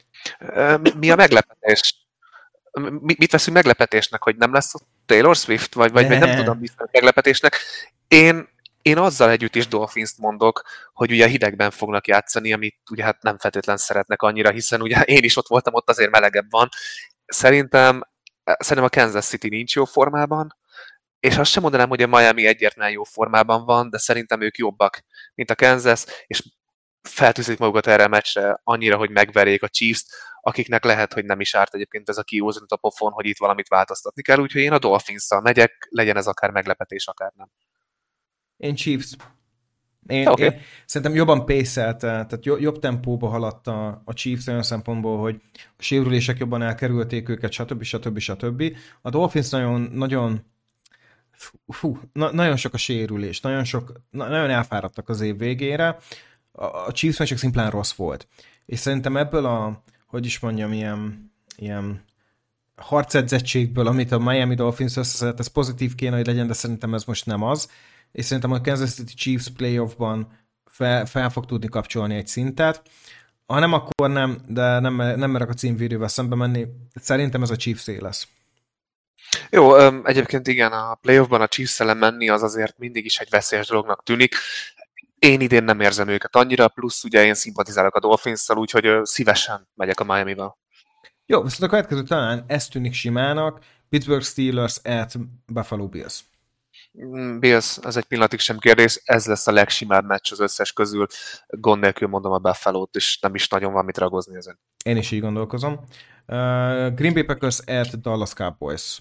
Mi a meglepetés? Mit veszünk meglepetésnek, hogy nem lesz ott Taylor Swift? Vagy, vagy, vagy nem tudom, mit veszünk meglepetésnek. Én, én azzal együtt is Dolphins-t mondok, hogy ugye hidegben fognak játszani, amit ugye hát nem feltétlen szeretnek annyira, hiszen ugye én is ott voltam, ott azért melegebb van. Szerintem, szerintem a Kansas City nincs jó formában, és azt sem mondanám, hogy a Miami egyértelműen jó formában van, de szerintem ők jobbak, mint a Kansas, és feltűzik magukat erre a meccsre annyira, hogy megverjék a Chiefs-t, akiknek lehet, hogy nem is árt egyébként ez a kiúzni a pofon, hogy itt valamit változtatni kell, úgyhogy én a Dolphins-szal megyek, legyen ez akár meglepetés, akár nem. Én Chiefs. Én, okay. én szerintem jobban pace-elt, tehát jobb tempóba haladt a, a Chiefs olyan szempontból, hogy a sérülések jobban elkerülték őket, stb. stb. stb. A Dolphins nagyon, nagyon fú, na, nagyon sok a sérülés, nagyon, sok, na, nagyon elfáradtak az év végére. A Chiefs csak szimplán rossz volt. És szerintem ebből a, hogy is mondjam, ilyen, ilyen harcedzettségből, amit a Miami Dolphins összeszedett, ez pozitív kéne, hogy legyen, de szerintem ez most nem az. És szerintem a Kansas City Chiefs playoffban fel, fel fog tudni kapcsolni egy szintet. Ha nem, akkor nem, de nem, nem merek a címvédővel szembe menni. Szerintem ez a Chiefs-é lesz. Jó, egyébként igen, a playoffban a Chiefs ellen menni az azért mindig is egy veszélyes dolognak tűnik. Én idén nem érzem őket annyira, plusz ugye én szimpatizálok a Dolphins-szal, úgyhogy szívesen megyek a Miami-val. Jó, viszont a következő talán ez tűnik simának, Pittsburgh Steelers at Buffalo Bills. Bills, ez egy pillanatig sem kérdés, ez lesz a legsimább meccs az összes közül, gond nélkül mondom a Buffalo-t, és nem is nagyon van mit ragozni ezen. Én is így gondolkozom. Uh, Green Bay Packers at Dallas Cowboys.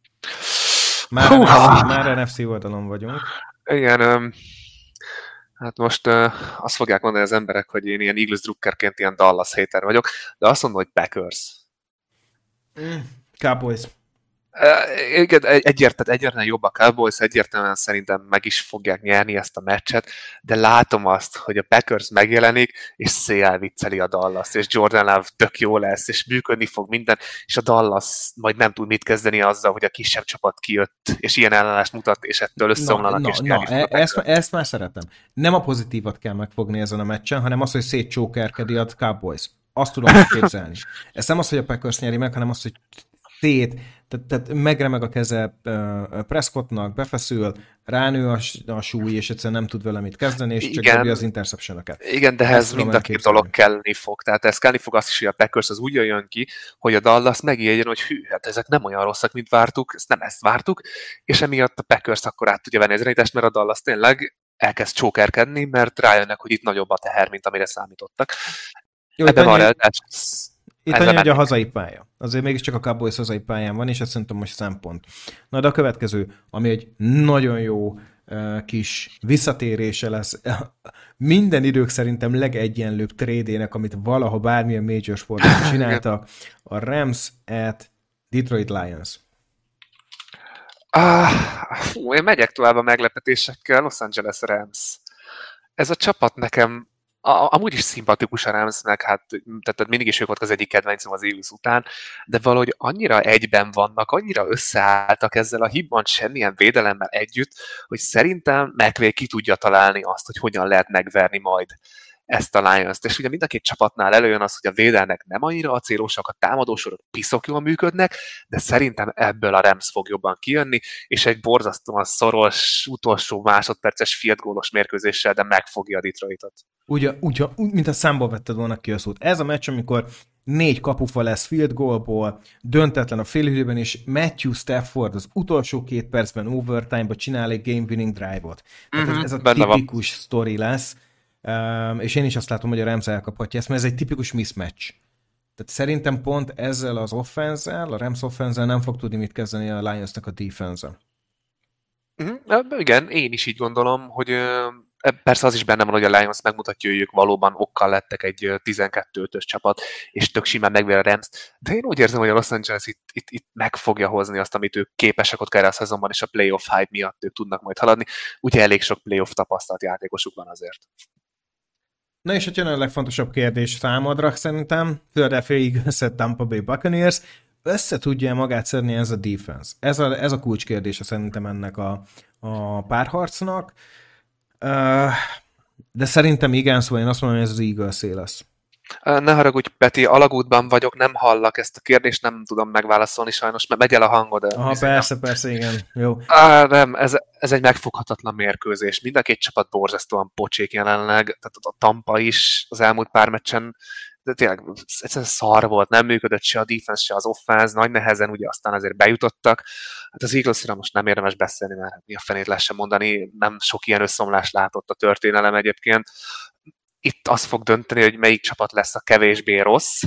Már, N F C, már N F C oldalon vagyunk. Igen, um, hát most uh, azt fogják mondani az emberek, hogy én ilyen Eagles drukkerként ilyen Dallas hater vagyok, de azt mondom, hogy Packers. Mm, Cowboys. Igen, egyértelműen, egyértelműen jobb a Cowboys, egyértelműen szerintem meg is fogják nyerni ezt a meccset, de látom azt, hogy a Packers megjelenik, és széjjel vicceli a Dallas, és Jordan Love tök jó lesz, és működni fog minden, és a Dallas majd nem tud mit kezdeni azzal, hogy a kisebb csapat kijött, és ilyen ellenállást mutat, és ettől összeomlanak, na, és na, na, e- ezt, ezt már szeretem. Nem a pozitívat kell megfogni ezen a meccsen, hanem az, hogy szétcsókerkedi a Cowboys. Azt tudom képzelni. Ez nem az, hogy a Packers nyeri meg, hanem az, hogy szét Tehát, tehát megremeg a keze Prescottnak, befeszül, ránő a, a súly, és egyszerűen nem tud vele mit kezdeni, és csak dobja az interception-öket. Igen, de ez mind a két dolog kelleni fog. Tehát ez kelleni fog azt is, hogy a Packers az úgy jön ki, hogy a Dallas megijedjen, hogy hű, hát ezek nem olyan rosszak, mint vártuk, ezt nem ezt vártuk, és emiatt a Packers akkor át tudja venni az irányítást, mert a Dallas tényleg elkezd csókerkedni, mert rájönnek, hogy itt nagyobb a teher, mint amire számítottak. Jó, ebben van annyi, itt annyi, hogy a hazai pálya. Azért mégiscsak a Cowboys hazai pályán van, és ezt szerintem most szempont. Na de a következő, ami egy nagyon jó uh, kis visszatérése lesz, minden idők szerintem legegyenlőbb trédének, amit valaha bármilyen major sportban csináltak, a Rams at Detroit Lions. Ah, fú, én megyek tovább a meglepetésekkel, Los Angeles Rams. Ez a csapat nekem A, amúgy is szimpatikus a Ramsnek, hát tehát mindig is ők volt az egyik kedvencem az Eagles után, de valahogy annyira egyben vannak, annyira összeálltak ezzel a hibban semmilyen védelemmel együtt, hogy szerintem McVay ki tudja találni azt, hogy hogyan lehet megverni majd ezt a Lions-t. És ugye mind a két csapatnál előjön az, hogy a védelmek nem annyira acélosak, a támadósorok piszok jól működnek, de szerintem ebből a Rams fog jobban kijönni, és egy borzasztóan szoros, utolsó másodperces field gólos mérkőzéssel, de megfogja a Detroitot. Ugye, ugye, mint a számból vetted volna ki a szót. Ez a meccs, amikor négy kapufa lesz field goalból, döntetlen a félidőben, és Matthew Stafford az utolsó két percben overtime-ba csinál egy game-winning drive-ot. Tehát mm-hmm, ez, ez a tipikus sztori lesz. Um, és én is azt látom, hogy a Rams elkaphatja ezt, mert ez egy tipikus mismatch. Tehát szerintem pont ezzel az offense-zel, a Rams offense-zel nem fog tudni mit kezdeni a Lions-nak a defense-el. Mm-hmm. Igen, én is így gondolom, hogy persze az is benne van, hogy a Lions megmutatja, hogy ők valóban okkal lettek egy tizenkettő ötös csapat, és tök simán megver a Rams, de én úgy érzem, hogy a Los Angeles itt, itt, itt meg fogja hozni azt, amit ők képesek ott erre a szezonban, és a playoff hype miatt ők tudnak majd haladni. Ugye elég sok playoff tapasztalt játékosuk van azért. Na és hogy jön a legfontosabb kérdés számodra, szerintem, Philadelphia Eagles, Tampa Bay Buccaneers, össze tudja magát szedni ez a defense? Ez a, ez a kulcskérdése szerintem ennek a, a párharcnak. Uh, de szerintem igen, szóval én azt mondom, hogy ez az Eagles-é lesz. Ne haragudj, Peti, alagútban vagyok, nem hallak ezt a kérdést, nem tudom megválaszolni sajnos, mert megy el a hangod. Aha, persze, nem. persze, igen. Jó. Á, nem, ez, ez egy megfoghatatlan mérkőzés. Mind a két csapat borzasztóan pocsék jelenleg, tehát a Tampa is az elmúlt pár meccsen, de tényleg egyszerűen szar volt, nem működött se a defense, se az offense, nagy nehezen ugye aztán azért bejutottak. Hát az Eaglesre most nem érdemes beszélni, mert mi a fenét lehessen mondani, nem sok ilyen összeomlást látott a történelem egyébként. Itt az fog dönteni, hogy melyik csapat lesz a kevésbé rossz,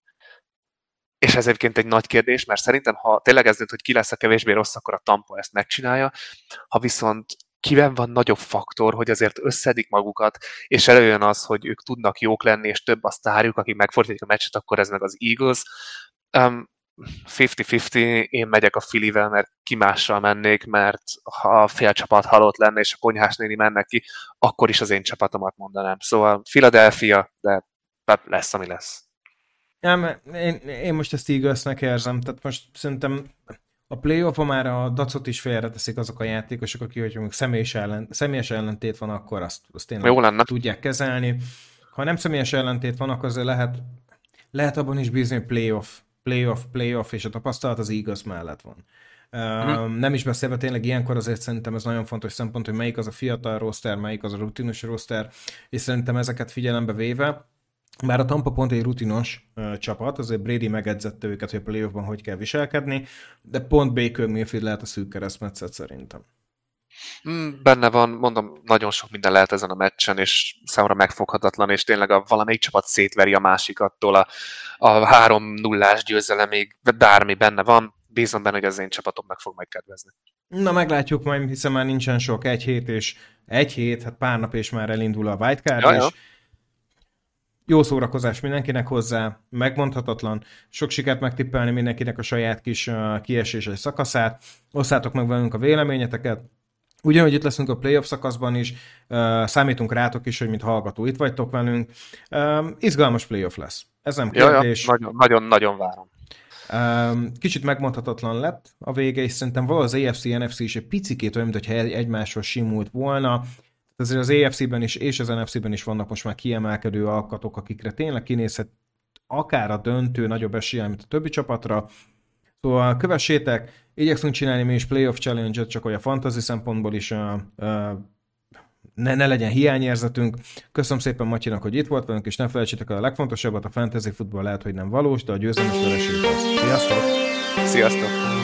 és ez egyébként egy nagy kérdés, mert szerintem, ha tényleg ez dönt, hogy ki lesz a kevésbé rossz, akkor a Tampa ezt megcsinálja, ha viszont kiben van nagyobb faktor, hogy azért összedik magukat, és előjön az, hogy ők tudnak jók lenni, és több a sztárjuk, akik megfordítják a meccset, akkor ez meg az Eagles. Um, fifty-fifty, én megyek a Phillyvel, mert ki mással mennék, mert ha a fél csapat halott lenne, és a konyhás néni mennek ki, akkor is az én csapatomat mondanám. Szóval Philadelphia, de lesz, ami lesz. Nem, én, én most ezt Eaglesnek érzem, tehát most szerintem a playoff-ban már a dacot is félreteszik azok a játékosok, akik, hogy mondjuk személyes, ellen, személyes ellentét van, akkor azt, azt tényleg jó lenne. Tudják kezelni. Ha nem személyes ellentét van, akkor azért lehet, lehet abban is bízni, hogy playoff, playoff, playoff, és a tapasztalat az Eagles mellett van. Uh, hmm. Nem is beszélve tényleg ilyenkor azért szerintem ez nagyon fontos szempont, hogy melyik az a fiatal roster, melyik az a rutinos roster, és szerintem ezeket figyelembe véve, bár a Tampa pont egy rutinos uh, csapat, azért Brady megedzette őket, hogy a playoffban hogy kell viselkedni, de pont Baker Mayfield lehet a szűk keresztmetszet szerintem. Mm, benne van, mondom, nagyon sok minden lehet ezen a meccsen, és számomra megfoghatatlan, és tényleg a valamelyik csapat szétveri a másikattól a, a három nullás győzelemig, bármi benne van, bízom benne, hogy az én csapatom meg fog majd kedvezni. Na, meglátjuk majd, hiszen már nincsen sok, egy hét és egy hét, hát pár nap és már elindul a wildcard, ja, és ja. Jó szórakozás mindenkinek hozzá, megmondhatatlan, sok sikert megtippelni mindenkinek a saját kis uh, kieséses szakaszát, osszátok meg velünk a véleményeteket, ugyanúgy itt leszünk a playoff szakaszban is, uh, számítunk rátok is, hogy mint hallgató itt vagytok velünk, uh, izgalmas playoff lesz, ez nem kérdés. Nagyon-nagyon várom. Um, kicsit megmondhatatlan lett a vége, és szerintem valahogy az á ef cé en ef cé is egy picikét olyan, mintha egymáshoz simult volna. Azért az á ef cé-ben is és az en ef cé-ben is vannak most már kiemelkedő alkatok, akikre tényleg kinézhet akár a döntő nagyobb esélye, mint a többi csapatra. Szóval kövessétek, igyekszünk csinálni mi is playoff challenge-et, csak olyan fantasy szempontból is uh, uh, ne, ne legyen hiányérzetünk. Köszönöm szépen Matyinak, hogy itt volt velünk, és ne felejtsétek el a legfontosabbat, a fantasy futball lehet, hogy nem valós, de a győzelmes vereség az. Sziasztok! Sziasztok!